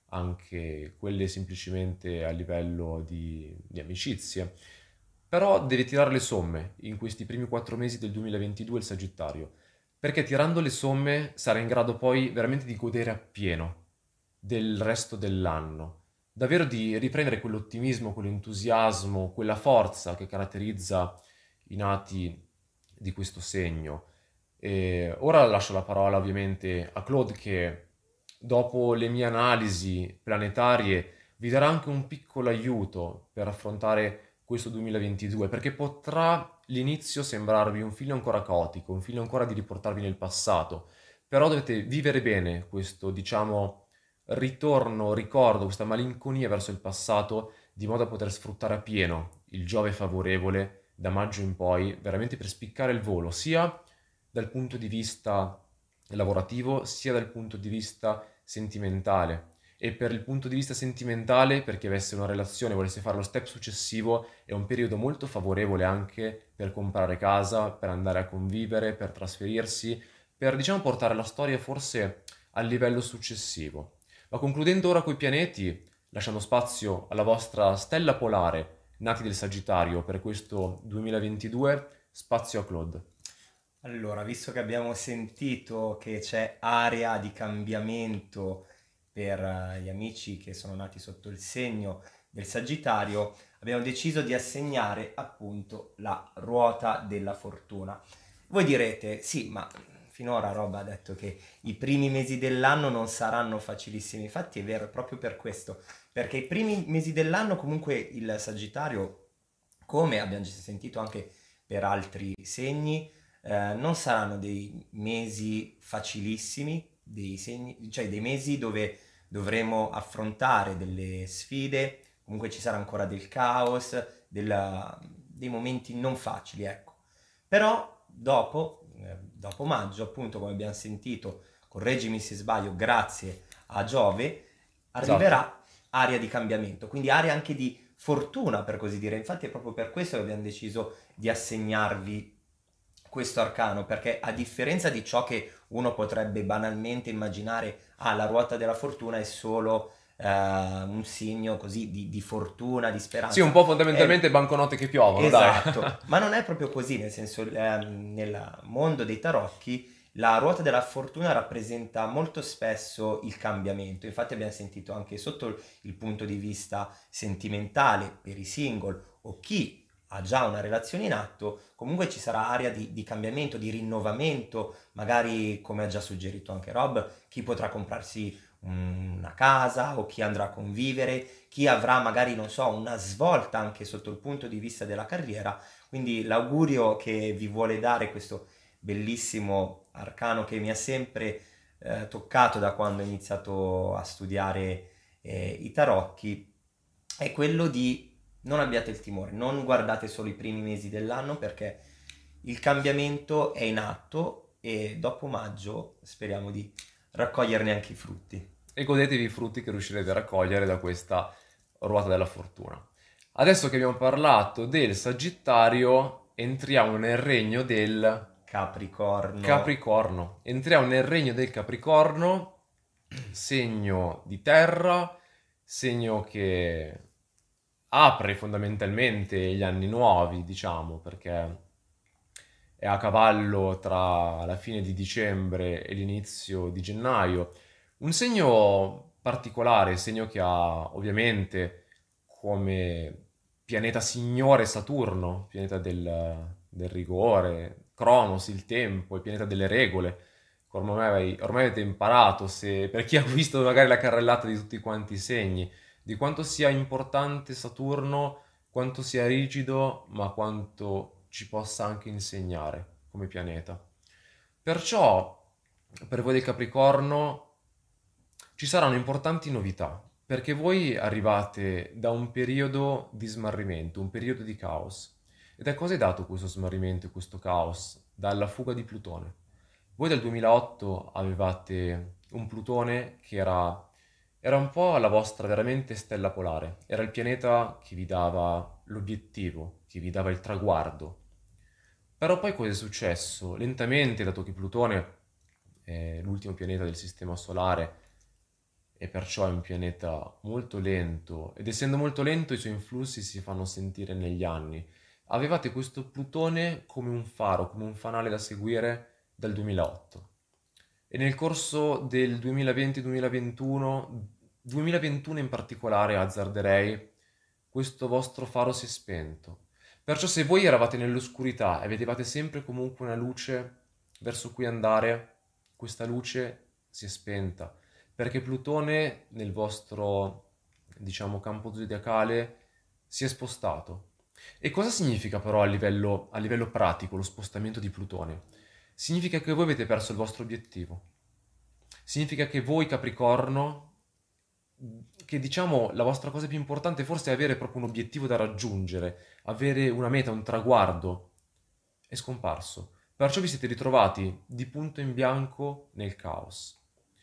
anche quelle semplicemente a livello di amicizie. Però deve tirare le somme in questi primi 4 mesi del 2022 il Sagittario, perché tirando le somme sarà in grado poi veramente di godere appieno del resto dell'anno, davvero di riprendere quell'ottimismo, quell'entusiasmo, quella forza che caratterizza i nati di questo segno. E ora lascio la parola ovviamente a Claude che dopo le mie analisi planetarie vi darà anche un piccolo aiuto per affrontare questo 2022, perché potrà l'inizio sembrarvi un filo ancora caotico, un filo ancora di riportarvi nel passato, però dovete vivere bene questo, diciamo, ritorno, ricordo, questa malinconia verso il passato, di modo da poter sfruttare a pieno il Giove favorevole da maggio in poi, veramente per spiccare il volo, sia dal punto di vista lavorativo, sia dal punto di vista sentimentale. E per il punto di vista sentimentale, per chi avesse una relazione e volesse fare lo step successivo, è un periodo molto favorevole anche per comprare casa, per andare a convivere, per trasferirsi, per diciamo portare la storia forse al livello successivo. Ma concludendo ora coi pianeti, lasciando spazio alla vostra stella polare, nati del Sagittario, per questo 2022, spazio a Claude. Allora, visto che abbiamo sentito che c'è area di cambiamento per gli amici che sono nati sotto il segno del Sagittario, abbiamo deciso di assegnare appunto la ruota della fortuna. Voi direte, sì, ma finora Rob ha detto che i primi mesi dell'anno non saranno facilissimi. Infatti è vero, è proprio per questo, perché i primi mesi dell'anno comunque il Sagittario, come abbiamo già sentito anche per altri segni, non saranno dei mesi facilissimi, cioè dei mesi dove dovremo affrontare delle sfide, comunque ci sarà ancora del caos, dei momenti non facili, ecco. Però dopo maggio, appunto, come abbiamo sentito, correggimi se sbaglio, grazie a Giove, Esatto. arriverà area di cambiamento, quindi area anche di fortuna, per così dire. Infatti è proprio per questo che abbiamo deciso di assegnarvi questo arcano, perché a differenza di ciò che uno potrebbe banalmente immaginare, la ruota della fortuna è solo un segno così di fortuna, di Sì, un speranza. po' È, fondamentalmente banconote che piovono, dai. esatto, ma non è proprio così, nel senso, nel mondo dei tarocchi la ruota della fortuna rappresenta molto spesso il cambiamento. Infatti abbiamo sentito anche sotto il punto di vista sentimentale per i single o chi ha già una relazione in atto, comunque ci sarà area di cambiamento, di rinnovamento, magari come ha già suggerito anche Rob, chi potrà comprarsi una casa o chi andrà a convivere, chi avrà magari, non so, una svolta anche sotto il punto di vista della carriera. Quindi l'augurio che vi vuole dare questo bellissimo arcano che mi ha sempre toccato da quando ho iniziato a studiare i tarocchi, è quello di non abbiate il timore, non guardate solo i primi mesi dell'anno perché il cambiamento è in atto e dopo maggio speriamo di raccoglierne anche i frutti. E godetevi i frutti che riuscirete a raccogliere da questa ruota della fortuna. Adesso che abbiamo parlato del Sagittario, entriamo nel regno del Capricorno. Capricorno. Entriamo nel regno del Capricorno, segno di terra, segno che apre fondamentalmente gli anni nuovi, diciamo, perché è a cavallo tra la fine di dicembre e l'inizio di gennaio. Un segno particolare, segno che ha ovviamente come pianeta signore Saturno, pianeta del rigore, Cronos, il tempo, il pianeta delle regole. Ormai avete imparato, se, per chi ha visto magari la carrellata di tutti quanti i segni, di quanto sia importante Saturno, quanto sia rigido, ma quanto ci possa anche insegnare come pianeta. Perciò, per voi del Capricorno, ci saranno importanti novità, perché voi arrivate da un periodo di smarrimento, un periodo di caos. E da cosa è dato questo smarrimento e questo caos? Dalla fuga di Plutone. Voi dal 2008 avevate un Plutone che era un po' la vostra veramente stella polare, era il pianeta che vi dava l'obiettivo, che vi dava il traguardo. Però poi cosa è successo? Lentamente, dato che Plutone è l'ultimo pianeta del Sistema Solare e perciò è un pianeta molto lento, ed essendo molto lento i suoi influssi si fanno sentire negli anni. Avevate questo Plutone come un faro, come un fanale da seguire dal 2008. E nel corso del 2020-2021, 2021 in particolare, azzarderei, questo vostro faro si è spento. Perciò se voi eravate nell'oscurità e vedevate sempre comunque una luce verso cui andare, questa luce si è spenta, perché Plutone nel vostro, diciamo, campo zodiacale si è spostato. E cosa significa però a livello pratico lo spostamento di Plutone? Significa che voi avete perso il vostro obiettivo. Significa che voi, Capricorno, che diciamo la vostra cosa più importante forse è avere proprio un obiettivo da raggiungere, avere una meta, un traguardo, è scomparso. Perciò vi siete ritrovati di punto in bianco nel caos.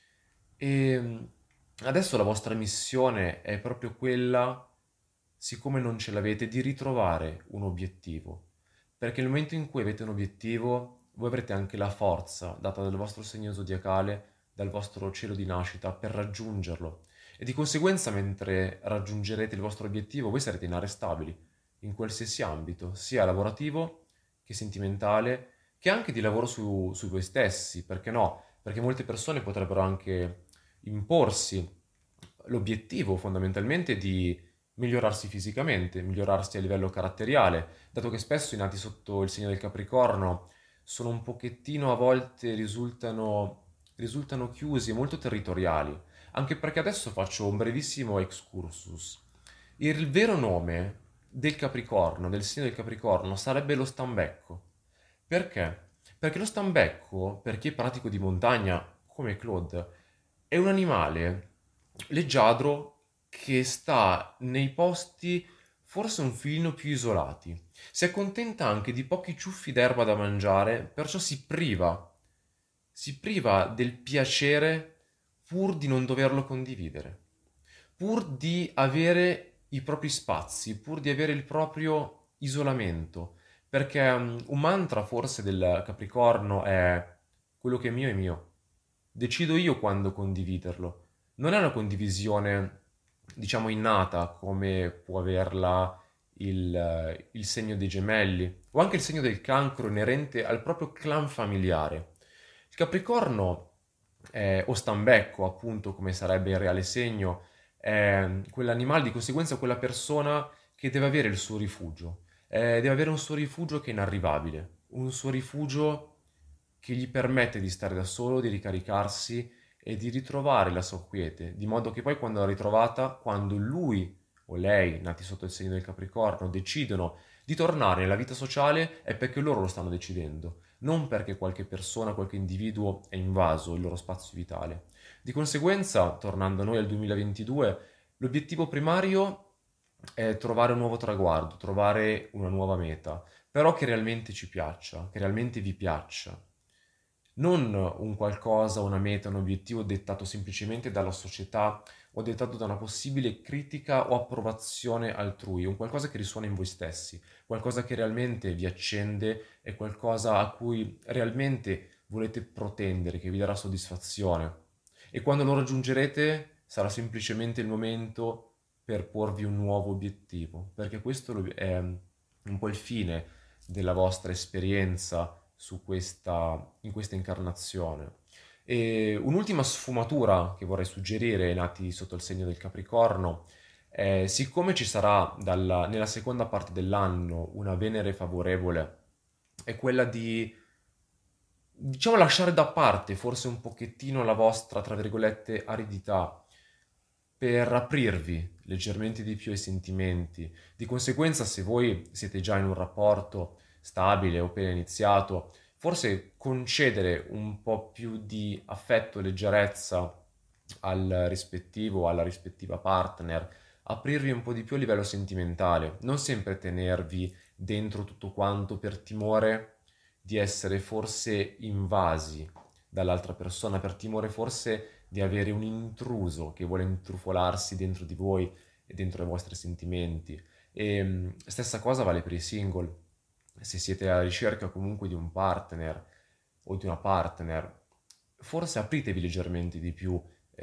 E adesso la vostra missione è proprio quella, siccome non ce l'avete, di ritrovare un obiettivo. Perché nel momento in cui avete un obiettivo, voi avrete anche la forza data dal vostro segno zodiacale, dal vostro cielo di nascita, per raggiungerlo. E di conseguenza, mentre raggiungerete il vostro obiettivo, voi sarete inarrestabili in qualsiasi ambito, sia lavorativo che sentimentale, che anche di lavoro su voi stessi, perché no? Perché molte persone potrebbero anche imporsi l'obiettivo fondamentalmente di migliorarsi fisicamente, migliorarsi a livello caratteriale, dato che spesso i nati sotto il segno del Capricorno sono un pochettino a volte risultano chiusi e molto territoriali, anche perché adesso faccio un brevissimo excursus. Il vero nome del Capricorno, del segno del Capricorno, sarebbe lo stambecco. Perché? Perché lo stambecco, per chi è pratico di montagna, come Claude, è un animale leggiadro che sta nei posti forse un filino più isolati. Si accontenta anche di pochi ciuffi d'erba da mangiare, perciò si priva del piacere pur di non doverlo condividere, pur di avere i propri spazi, pur di avere il proprio isolamento. Perché un mantra forse del Capricorno è quello che è mio. Decido io quando condividerlo. Non è una condivisione, diciamo, innata come può averla il segno dei gemelli o anche il segno del cancro inerente al proprio clan familiare. Il Capricorno o stambecco, appunto, come sarebbe il reale segno, è quell'animale, di conseguenza quella persona che deve avere il suo rifugio. Deve avere un suo rifugio che è inarrivabile, un suo rifugio che gli permette di stare da solo, di ricaricarsi e di ritrovare la sua quiete, di modo che poi quando l'ha ritrovata, quando lui o lei, nati sotto il segno del Capricorno, decidono di tornare nella vita sociale, è perché loro lo stanno decidendo, non perché qualche persona, qualche individuo è invaso il loro spazio vitale. Di conseguenza, tornando a noi al 2022, l'obiettivo primario è trovare un nuovo traguardo, trovare una nuova meta, però che realmente ci piaccia, che realmente vi piaccia. Non un qualcosa, una meta, un obiettivo dettato semplicemente dalla società o dettato da una possibile critica o approvazione altrui, un qualcosa che risuona in voi stessi, qualcosa che realmente vi accende e qualcosa a cui realmente volete protendere, che vi darà soddisfazione. E quando lo raggiungerete sarà semplicemente il momento per porvi un nuovo obiettivo, perché è un po' il fine della vostra esperienza in questa incarnazione. E un'ultima sfumatura che vorrei suggerire ai nati sotto il segno del Capricorno è, siccome ci sarà nella seconda parte dell'anno una Venere favorevole, è quella di, diciamo, lasciare da parte forse un pochettino la vostra, tra virgolette, aridità per aprirvi leggermente di più ai sentimenti. Di conseguenza, se voi siete già in un rapporto stabile o appena iniziato, forse concedere un po' più di affetto e leggerezza al rispettivo o alla rispettiva partner, aprirvi un po' di più a livello sentimentale, non sempre tenervi dentro tutto quanto per timore di essere forse invasi dall'altra persona, per timore forse di avere un intruso che vuole intrufolarsi dentro di voi e dentro i vostri sentimenti. E stessa cosa vale per i single. Se siete alla ricerca comunque di un partner o di una partner, forse apritevi leggermente di più,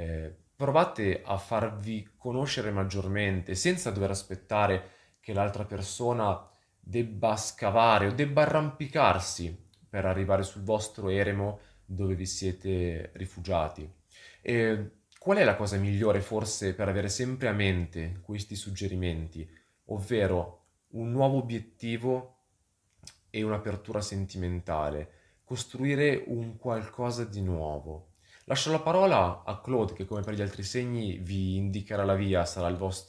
provate a farvi conoscere maggiormente senza dover aspettare che l'altra persona debba scavare o debba arrampicarsi per arrivare sul vostro eremo dove vi siete rifugiati. E qual è la cosa migliore forse per avere sempre a mente questi suggerimenti, ovvero un nuovo obiettivo e un'apertura sentimentale, costruire un qualcosa di nuovo. Lascio la parola a Claude che come per gli altri segni vi indicherà la via, sarà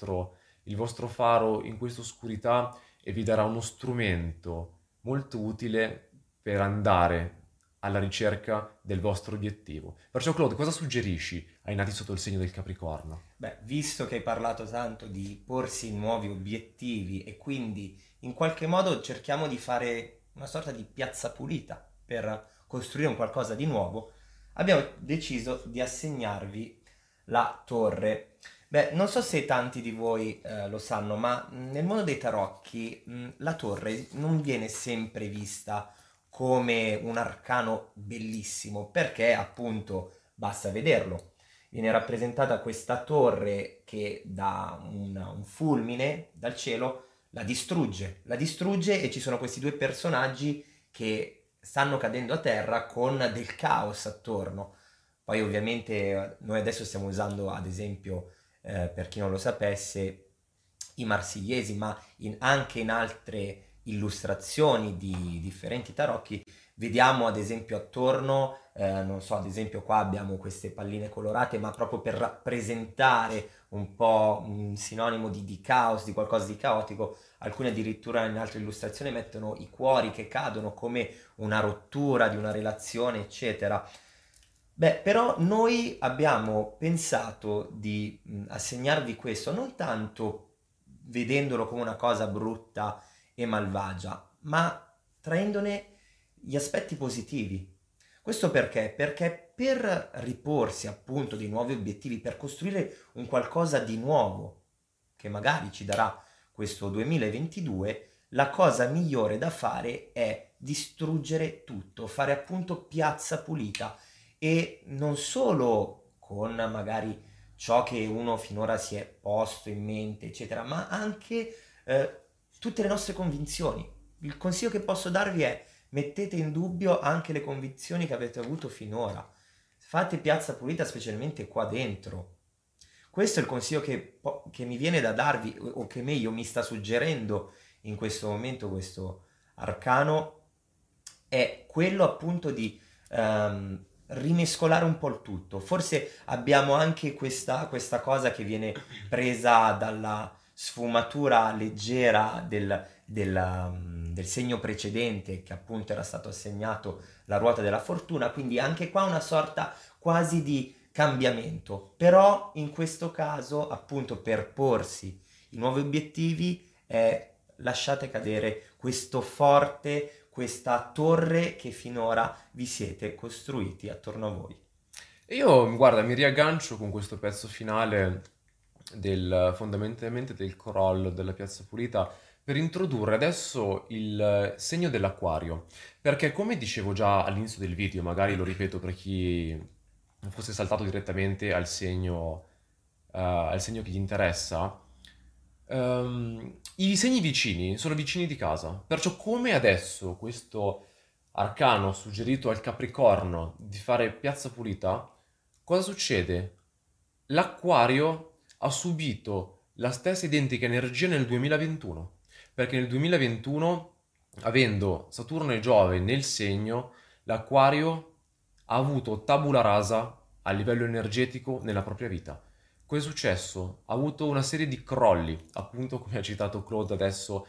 il vostro faro in questa oscurità e vi darà uno strumento molto utile per andare alla ricerca del vostro obiettivo. Perciò Claude, cosa suggerisci ai nati sotto il segno del Capricorno? Beh, visto che hai parlato tanto di porsi nuovi obiettivi e quindi in qualche modo cerchiamo di fare una sorta di piazza pulita per costruire un qualcosa di nuovo, abbiamo deciso di assegnarvi la torre. Beh, non so se tanti di voi lo sanno, ma nel mondo dei tarocchi la torre non viene sempre vista come un arcano bellissimo, perché appunto basta vederlo. Viene rappresentata questa torre che da un fulmine dal cielo la distrugge e ci sono questi due personaggi che stanno cadendo a terra con del caos attorno. Poi ovviamente noi adesso stiamo usando ad esempio, per chi non lo sapesse, i marsigliesi, ma anche in altre illustrazioni di differenti tarocchi vediamo ad esempio attorno, non so, ad esempio qua abbiamo queste palline colorate, ma proprio per rappresentare un po' un sinonimo di caos, di qualcosa di caotico, alcuni addirittura in altre illustrazioni mettono i cuori che cadono come una rottura di una relazione, eccetera. Beh, però noi abbiamo pensato di assegnarvi questo non tanto vedendolo come una cosa brutta e malvagia, ma traendone gli aspetti positivi. Questo perché? Perché per riporsi appunto dei nuovi obiettivi, per costruire un qualcosa di nuovo che magari ci darà questo 2022, la cosa migliore da fare è distruggere tutto, fare appunto piazza pulita e non solo con magari ciò che uno finora si è posto in mente, eccetera, ma anche tutte le nostre convinzioni. Il consiglio che posso darvi è mettete in dubbio anche le convinzioni che avete avuto finora. Fate piazza pulita specialmente qua dentro. Questo è il consiglio che mi viene da darvi o che meglio mi sta suggerendo in questo momento questo arcano è quello appunto di rimescolare un po' il tutto. Forse abbiamo anche questa cosa che viene presa dalla sfumatura leggera del segno precedente che appunto era stato assegnato la ruota della fortuna, quindi anche qua una sorta quasi di cambiamento. Però in questo caso, appunto, per porsi i nuovi obiettivi lasciate cadere questo forte, questa torre che finora vi siete costruiti attorno a voi. E io, guarda, mi riaggancio con questo pezzo finale fondamentalmente del crollo della Piazza Pulita per introdurre adesso il segno dell'acquario. Perché come dicevo già all'inizio del video, magari lo ripeto per chi fosse saltato direttamente al segno che gli interessa, i segni vicini sono vicini di casa. Perciò come adesso questo arcano ha suggerito al Capricorno di fare Piazza Pulita, cosa succede? L'acquario ha subito la stessa identica energia nel 2021, perché nel 2021, avendo Saturno e Giove nel segno, l'acquario ha avuto tabula rasa a livello energetico nella propria vita. Cosa è successo? Ha avuto una serie di crolli, appunto come ha citato Claude adesso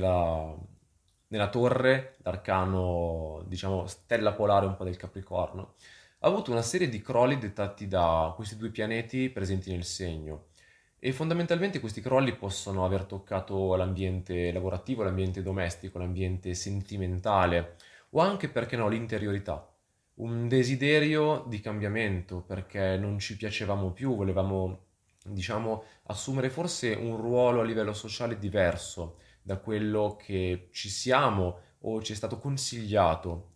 nella torre, l'arcano, diciamo, stella polare un po' del Capricorno. Ha avuto una serie di crolli dettati da questi due pianeti presenti nel segno. E fondamentalmente questi crolli possono aver toccato l'ambiente lavorativo, l'ambiente domestico, l'ambiente sentimentale o anche, perché no, l'interiorità. Un desiderio di cambiamento perché non ci piacevamo più, volevamo, diciamo, assumere forse un ruolo a livello sociale diverso da quello che ci siamo o ci è stato consigliato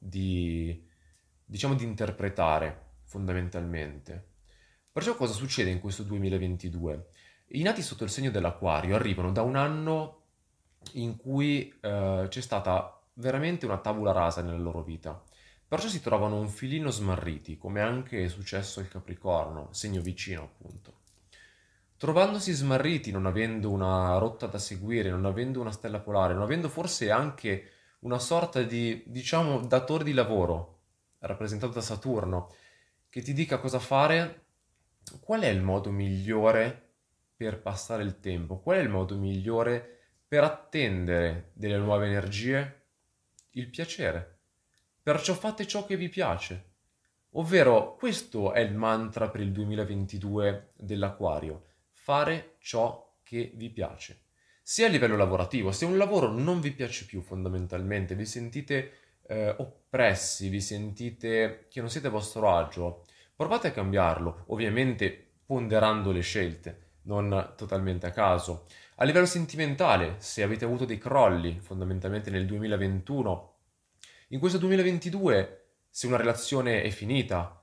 diciamo, di interpretare fondamentalmente. Perciò cosa succede in questo 2022? I nati sotto il segno dell'Acquario arrivano da un anno in cui c'è stata veramente una tabula rasa nella loro vita. Perciò si trovano un filino smarriti, come anche è successo al Capricorno, segno vicino appunto. Trovandosi smarriti, non avendo una rotta da seguire, non avendo una stella polare, non avendo forse anche una sorta di, diciamo, datore di lavoro, rappresentato da Saturno, che ti dica cosa fare, qual è il modo migliore per passare il tempo? Qual è il modo migliore per attendere delle nuove energie? Il piacere. Perciò fate ciò che vi piace. Ovvero, questo è il mantra per il 2022 dell'Aquario. Fare ciò che vi piace. Sia a livello lavorativo, se un lavoro non vi piace più fondamentalmente, vi sentite oppressi, vi sentite che non siete a vostro agio, provate a cambiarlo, ovviamente ponderando le scelte, non totalmente a caso. A livello sentimentale, se avete avuto dei crolli, fondamentalmente nel 2021, in questo 2022, se una relazione è finita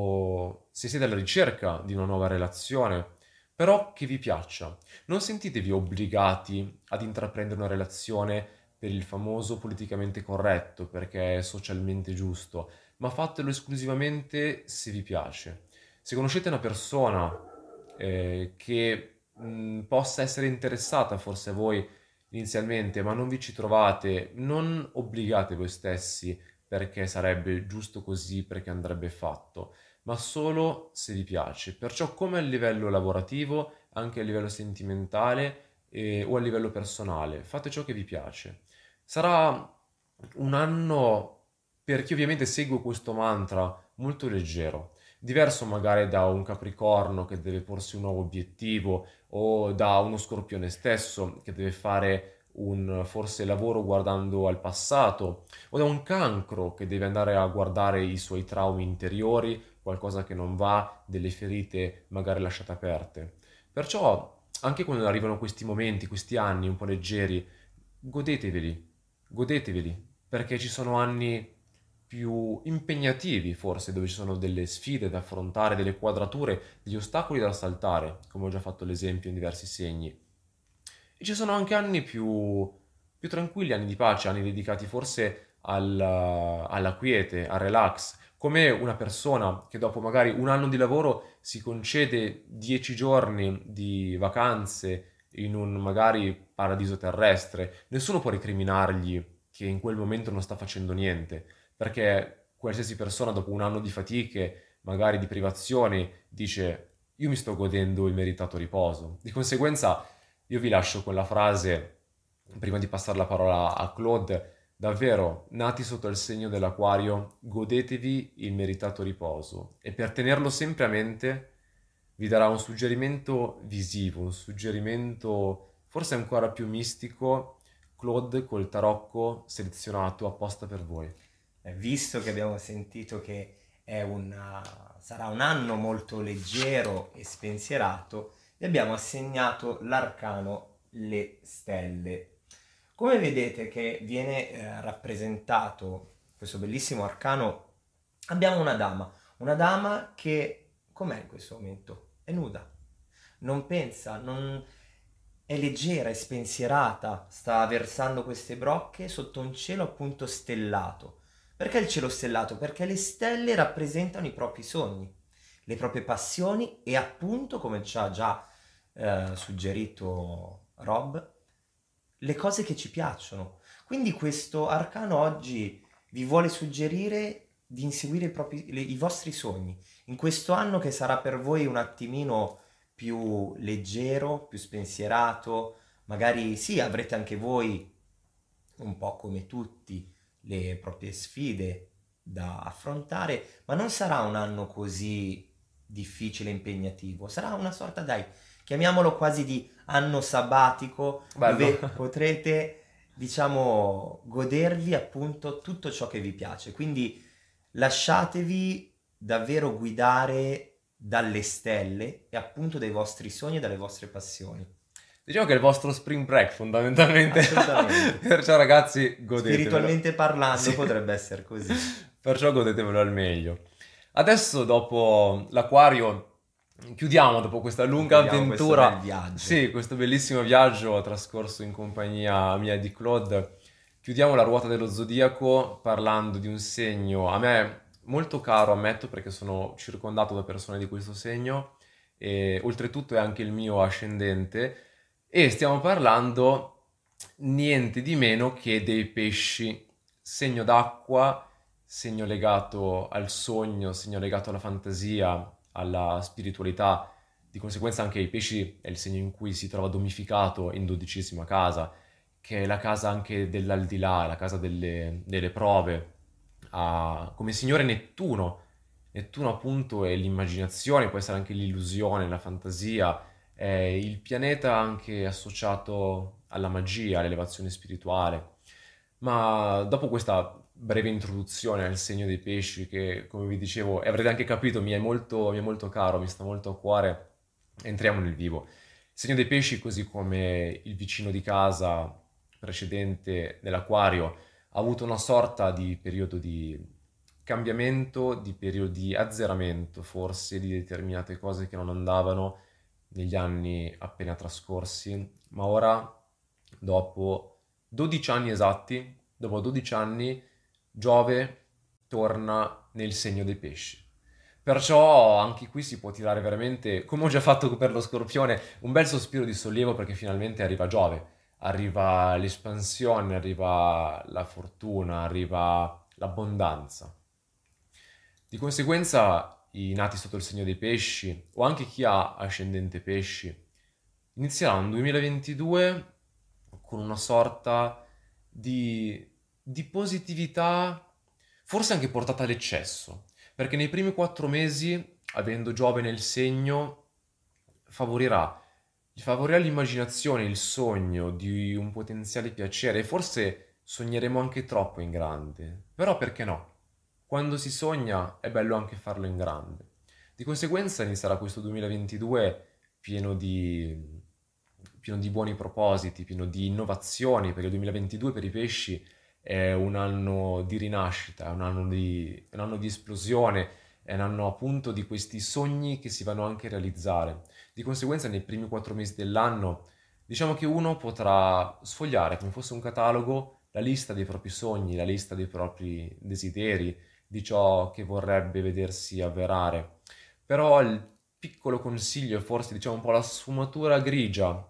o se siete alla ricerca di una nuova relazione, però che vi piaccia, non sentitevi obbligati ad intraprendere una relazione per il famoso politicamente corretto, perché è socialmente giusto, ma fatelo esclusivamente se vi piace. Se conoscete una persona che possa essere interessata forse a voi inizialmente, ma non vi ci trovate, non obbligate voi stessi perché sarebbe giusto così, perché andrebbe fatto, ma solo se vi piace. Perciò come a livello lavorativo, anche a livello sentimentale o a livello personale, fate ciò che vi piace. Sarà un anno, per chi ovviamente segue questo mantra, molto leggero, diverso magari da un Capricorno che deve porsi un nuovo obiettivo o da uno Scorpione stesso che deve fare un forse lavoro guardando al passato o da un Cancro che deve andare a guardare i suoi traumi interiori, qualcosa che non va, delle ferite magari lasciate aperte. Perciò anche quando arrivano questi momenti, questi anni un po' leggeri, godeteveli, godeteveli, perché ci sono anni più impegnativi forse, dove ci sono delle sfide da affrontare, delle quadrature, degli ostacoli da saltare, come ho già fatto l'esempio in diversi segni. E ci sono anche anni più tranquilli, anni di pace, anni dedicati forse alla quiete, al relax, come una persona che dopo magari un anno di lavoro si concede 10 giorni di vacanze in un magari paradiso terrestre. Nessuno può recriminargli che in quel momento non sta facendo niente, perché qualsiasi persona dopo un anno di fatiche, magari di privazioni, dice io mi sto godendo il meritato riposo. Di conseguenza io vi lascio con la frase, prima di passare la parola a Claude, Davvero, nati sotto il segno dell'Aquario, godetevi il meritato riposo e per tenerlo sempre a mente vi darà un suggerimento visivo, un suggerimento forse ancora più mistico, Claude col tarocco selezionato apposta per voi. Visto che abbiamo sentito che sarà un anno molto leggero e spensierato, vi abbiamo assegnato l'arcano Le Stelle. Come vedete che viene rappresentato questo bellissimo arcano, abbiamo una dama che com'è in questo momento? È nuda, non pensa, è leggera, è spensierata, sta versando queste brocche sotto un cielo appunto stellato. Perché il cielo stellato? Perché le stelle rappresentano i propri sogni, le proprie passioni e appunto, come ci ha già suggerito Rob, le cose che ci piacciono. Quindi questo arcano oggi vi vuole suggerire di inseguire i vostri sogni. In questo anno che sarà per voi un attimino più leggero, più spensierato, magari sì, avrete anche voi, un po' come tutti, le proprie sfide da affrontare, ma non sarà un anno così difficile e impegnativo, sarà una sorta, dai, chiamiamolo quasi di anno sabbatico, Bello. dove potrete, diciamo, godervi appunto tutto ciò che vi piace. Quindi lasciatevi davvero guidare dalle stelle e appunto dai vostri sogni e dalle vostre passioni. Diciamo che è il vostro spring break fondamentalmente. Assolutamente. Perciò ragazzi, godetevelo. Spiritualmente parlando Sì. potrebbe essere così. Perciò godetevelo al meglio. Adesso, dopo l'Aquario, chiudiamo dopo questa lunga Concludiamo questo bel avventura. viaggio. Sì, questo bellissimo viaggio trascorso in compagnia mia e di Claude. Chiudiamo la ruota dello zodiaco parlando di un segno a me molto caro, ammetto, perché sono circondato da persone di questo segno e oltretutto è anche il mio ascendente e stiamo parlando niente di meno che dei pesci, segno d'acqua, segno legato al sogno, segno legato alla fantasia, alla spiritualità. Di conseguenza anche i pesci è il segno in cui si trova domificato in 12ª casa, che è la casa anche dell'aldilà, la casa delle prove. Come signore Nettuno. Nettuno appunto è l'immaginazione, può essere anche l'illusione, la fantasia, è il pianeta anche associato alla magia, all'elevazione spirituale. Ma dopo questa breve introduzione al segno dei pesci, che come vi dicevo, e avrete anche capito, mi è molto caro, mi sta molto a cuore, entriamo nel vivo. Il segno dei pesci, così come il vicino di casa precedente nell'acquario, ha avuto una sorta di periodo di cambiamento, di periodo di azzeramento, forse, di determinate cose che non andavano negli anni appena trascorsi, ma ora, dopo 12 anni esatti, dopo 12 anni, Giove torna nel segno dei pesci. Perciò anche qui si può tirare veramente, come ho già fatto per lo Scorpione, un bel sospiro di sollievo perché finalmente arriva Giove, arriva l'espansione, arriva la fortuna, arriva l'abbondanza. Di conseguenza, i nati sotto il segno dei pesci, o anche chi ha ascendente pesci, inizierà un 2022 con una sorta di positività, forse anche portata all'eccesso, perché nei primi 4 mesi, avendo Giove nel segno, favorirà, favorirà l'immaginazione, il sogno di un potenziale piacere, e forse sogneremo anche troppo in grande, però perché no? Quando si sogna è bello anche farlo in grande. Di conseguenza inizierà questo 2022 pieno di, pieno di buoni propositi, pieno di innovazioni, perché il 2022 per i pesci è un anno di rinascita, è un anno di esplosione, è un anno appunto di questi sogni che si vanno anche a realizzare. Di conseguenza nei primi 4 mesi dell'anno diciamo che uno potrà sfogliare come fosse un catalogo la lista dei propri sogni, la lista dei propri desideri, di ciò che vorrebbe vedersi avverare. Però il piccolo consiglio, e forse diciamo un po' la sfumatura grigia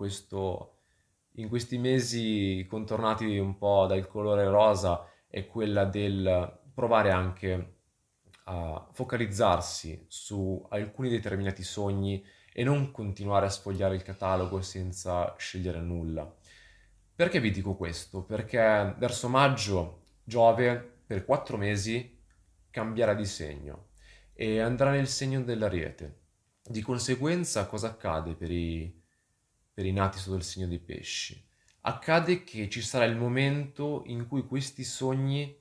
in questi mesi contornati un po' dal colore rosa, è quella del provare anche a focalizzarsi su alcuni determinati sogni e non continuare a sfogliare il catalogo senza scegliere nulla. Perché vi dico questo? Perché verso maggio Giove per 4 mesi cambierà di segno e andrà nel segno dell'Ariete. Di conseguenza, cosa accade per i nati sotto il segno dei pesci? Accade che ci sarà il momento in cui questi sogni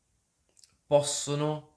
possono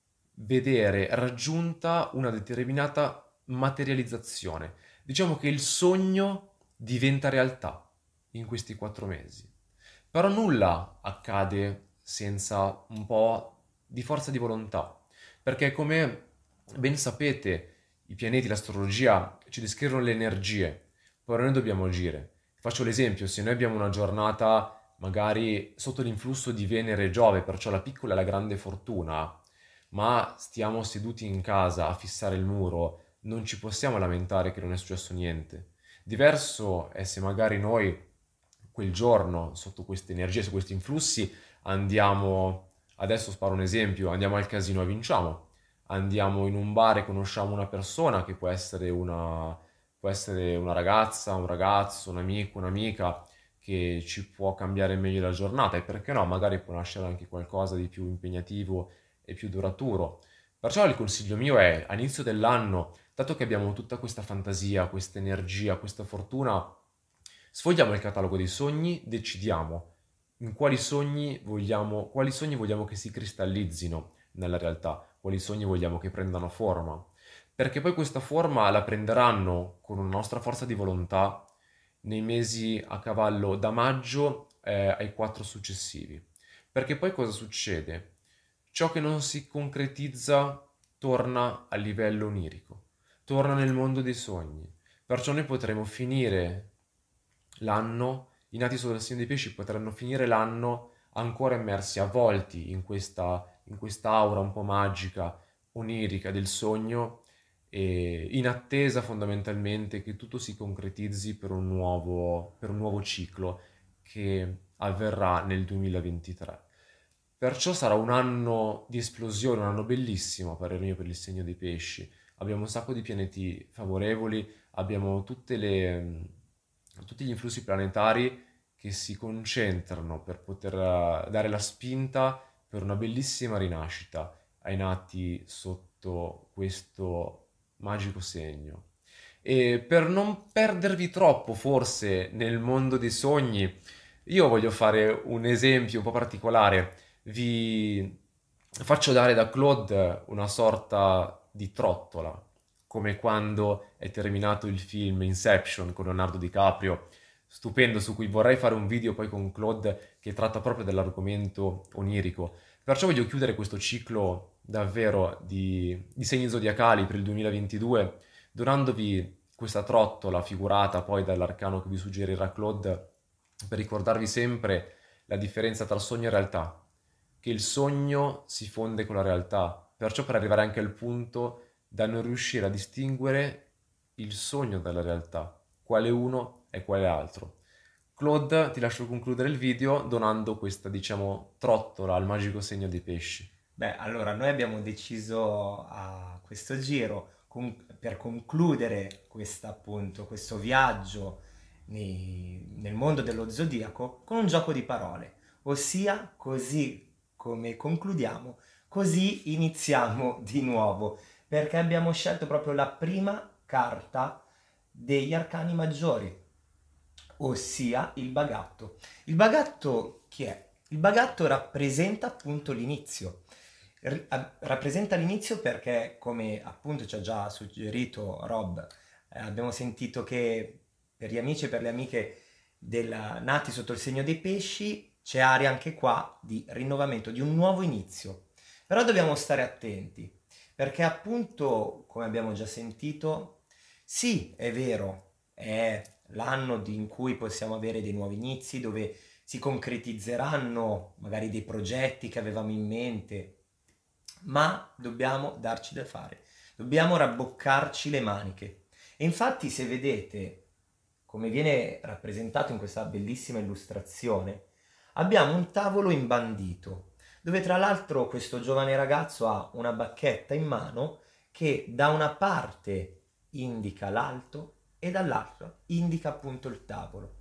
vedere raggiunta una determinata materializzazione. Diciamo che il sogno diventa realtà in questi 4 mesi. Però nulla accade senza un po' di forza di volontà, perché come ben sapete i pianeti, l'astrologia ci descrivono le energie, però noi dobbiamo agire. Faccio l'esempio, se noi abbiamo una giornata magari sotto l'influsso di Venere e Giove, perciò la piccola e la grande fortuna, ma stiamo seduti in casa a fissare il muro, non ci possiamo lamentare che non è successo niente. Diverso è se magari noi quel giorno, sotto queste energie, su questi influssi, andiamo, adesso sparo un esempio, andiamo al casino e vinciamo, andiamo in un bar e conosciamo una persona che può essere una ragazza, un ragazzo, un amico, un'amica, che ci può cambiare meglio la giornata e perché no, magari può nascere anche qualcosa di più impegnativo e più duraturo. Perciò il consiglio mio è, all'inizio dell'anno, dato che abbiamo tutta questa fantasia, questa energia, questa fortuna, sfogliamo il catalogo dei sogni, decidiamo in quali sogni vogliamo che si cristallizzino nella realtà, quali sogni vogliamo che prendano forma. Perché poi questa forma la prenderanno con una nostra forza di volontà nei mesi a cavallo da maggio ai 4 successivi. Perché poi cosa succede? Ciò che non si concretizza torna a livello onirico, torna nel mondo dei sogni. Perciò noi potremo finire l'anno, i nati sotto il segno dei pesci potranno finire l'anno ancora immersi, avvolti in questa aura un po' magica, onirica del sogno e in attesa fondamentalmente che tutto si concretizzi per un nuovo ciclo che avverrà nel 2023. Perciò sarà un anno di esplosione, un anno bellissimo a parer mio per il segno dei pesci. Abbiamo un sacco di pianeti favorevoli, abbiamo tutti gli influssi planetari che si concentrano per poter dare la spinta per una bellissima rinascita ai nati sotto questo magico segno. E per non perdervi troppo, forse, nel mondo dei sogni, io voglio fare un esempio un po' particolare. Vi faccio dare da Claude una sorta di trottola, come quando è terminato il film Inception con Leonardo DiCaprio, stupendo, su cui vorrei fare un video poi con Claude che tratta proprio dell'argomento onirico. Perciò voglio chiudere questo ciclo davvero di segni zodiacali per il 2022 donandovi questa trottola figurata poi dall'arcano che vi suggerirà Claude per ricordarvi sempre la differenza tra sogno e realtà, che il sogno si fonde con la realtà, perciò per arrivare anche al punto da non riuscire a distinguere il sogno dalla realtà, quale uno e quale altro. Claude, ti lascio concludere il video donando questa, diciamo, trottola al magico segno dei pesci. Beh, allora noi abbiamo deciso a questo giro per concludere appunto, questo viaggio nel mondo dello zodiaco con un gioco di parole, ossia così come concludiamo, così iniziamo di nuovo, perché abbiamo scelto proprio la prima carta degli arcani maggiori, ossia il bagatto. Il bagatto chi è? Il bagatto rappresenta appunto l'inizio. Rappresenta l'inizio perché, come appunto ci ha già suggerito Rob, abbiamo sentito che per gli amici e per le amiche nati sotto il segno dei pesci c'è aria anche qua di rinnovamento, di un nuovo inizio. Però dobbiamo stare attenti perché appunto, come abbiamo già sentito, sì, è vero, è l'anno in cui possiamo avere dei nuovi inizi, dove si concretizzeranno magari dei progetti che avevamo in mente, ma dobbiamo darci da fare, dobbiamo rabboccarci le maniche. E infatti, se vedete come viene rappresentato in questa bellissima illustrazione, abbiamo un tavolo imbandito, dove tra l'altro questo giovane ragazzo ha una bacchetta in mano che da una parte indica l'alto e dall'altra indica appunto il tavolo.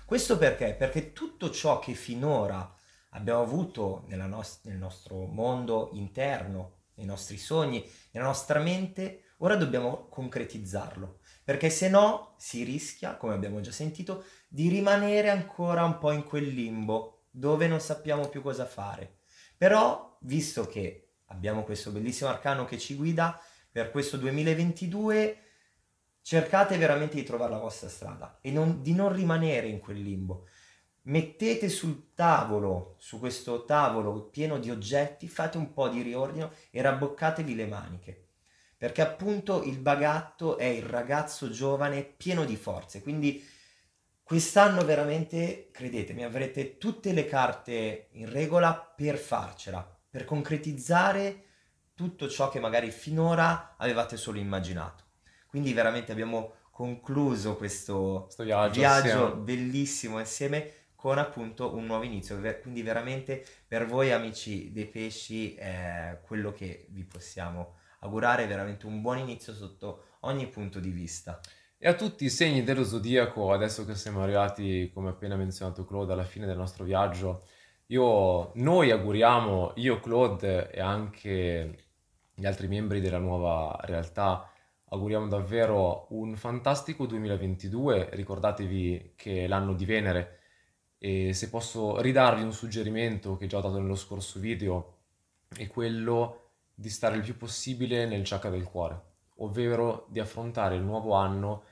Questo perché? Perché tutto ciò che finora abbiamo avuto nel nostro mondo interno, nei nostri sogni, nella nostra mente, ora dobbiamo concretizzarlo. Perché se no si rischia, come abbiamo già sentito, di rimanere ancora un po' in quel limbo dove non sappiamo più cosa fare. Però, visto che abbiamo questo bellissimo arcano che ci guida per questo 2022, cercate veramente di trovare la vostra strada e di non rimanere in quel limbo. Mettete sul tavolo, su questo tavolo pieno di oggetti, fate un po' di riordino e rabboccatevi le maniche. Perché appunto il bagatto è il ragazzo giovane pieno di forze. Quindi quest'anno veramente, credetemi, avrete tutte le carte in regola per farcela, per concretizzare tutto ciò che magari finora avevate solo immaginato. Quindi veramente abbiamo concluso questo Questo viaggio viaggio assieme. bellissimo insieme con appunto un nuovo inizio. Quindi veramente per voi amici dei pesci è quello che vi possiamo augurare, è veramente un buon inizio sotto ogni punto di vista. E a tutti i segni dello zodiaco, adesso che siamo arrivati, come appena menzionato Claude, alla fine del nostro viaggio, noi auguriamo, io, Claude e anche gli altri membri della nuova realtà, auguriamo davvero un fantastico 2022. Ricordatevi che è l'anno di Venere e se posso ridarvi un suggerimento che già ho dato nello scorso video, è quello di stare il più possibile nel chakra del cuore, ovvero di affrontare il nuovo anno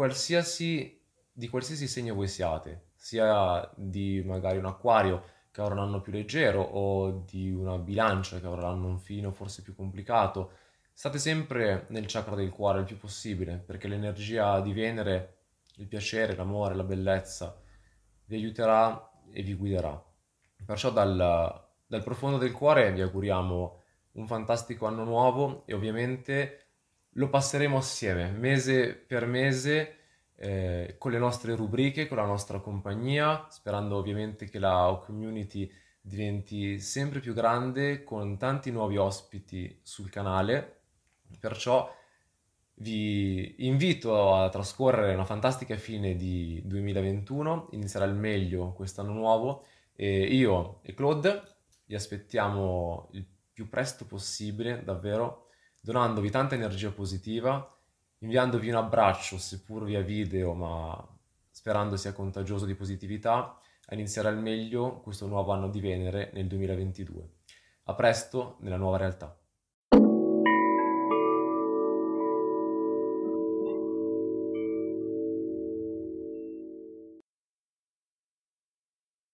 di qualsiasi segno voi siate, sia di magari un acquario che avrà un anno più leggero o di una bilancia che avrà un fino forse più complicato. State sempre nel chakra del cuore il più possibile, perché l'energia di Venere, il piacere, l'amore, la bellezza, vi aiuterà e vi guiderà. Perciò dal profondo del cuore vi auguriamo un fantastico anno nuovo e ovviamente lo passeremo assieme, mese per mese, con le nostre rubriche, con la nostra compagnia, sperando ovviamente che la community diventi sempre più grande con tanti nuovi ospiti sul canale. Perciò vi invito a trascorrere una fantastica fine di 2021, inizierà al meglio quest'anno nuovo e io e Claude vi aspettiamo il più presto possibile, davvero, donandovi tanta energia positiva, inviandovi un abbraccio, seppur via video, ma sperando sia contagioso di positività, a iniziare al meglio questo nuovo anno di Venere nel 2022. A presto nella nuova realtà.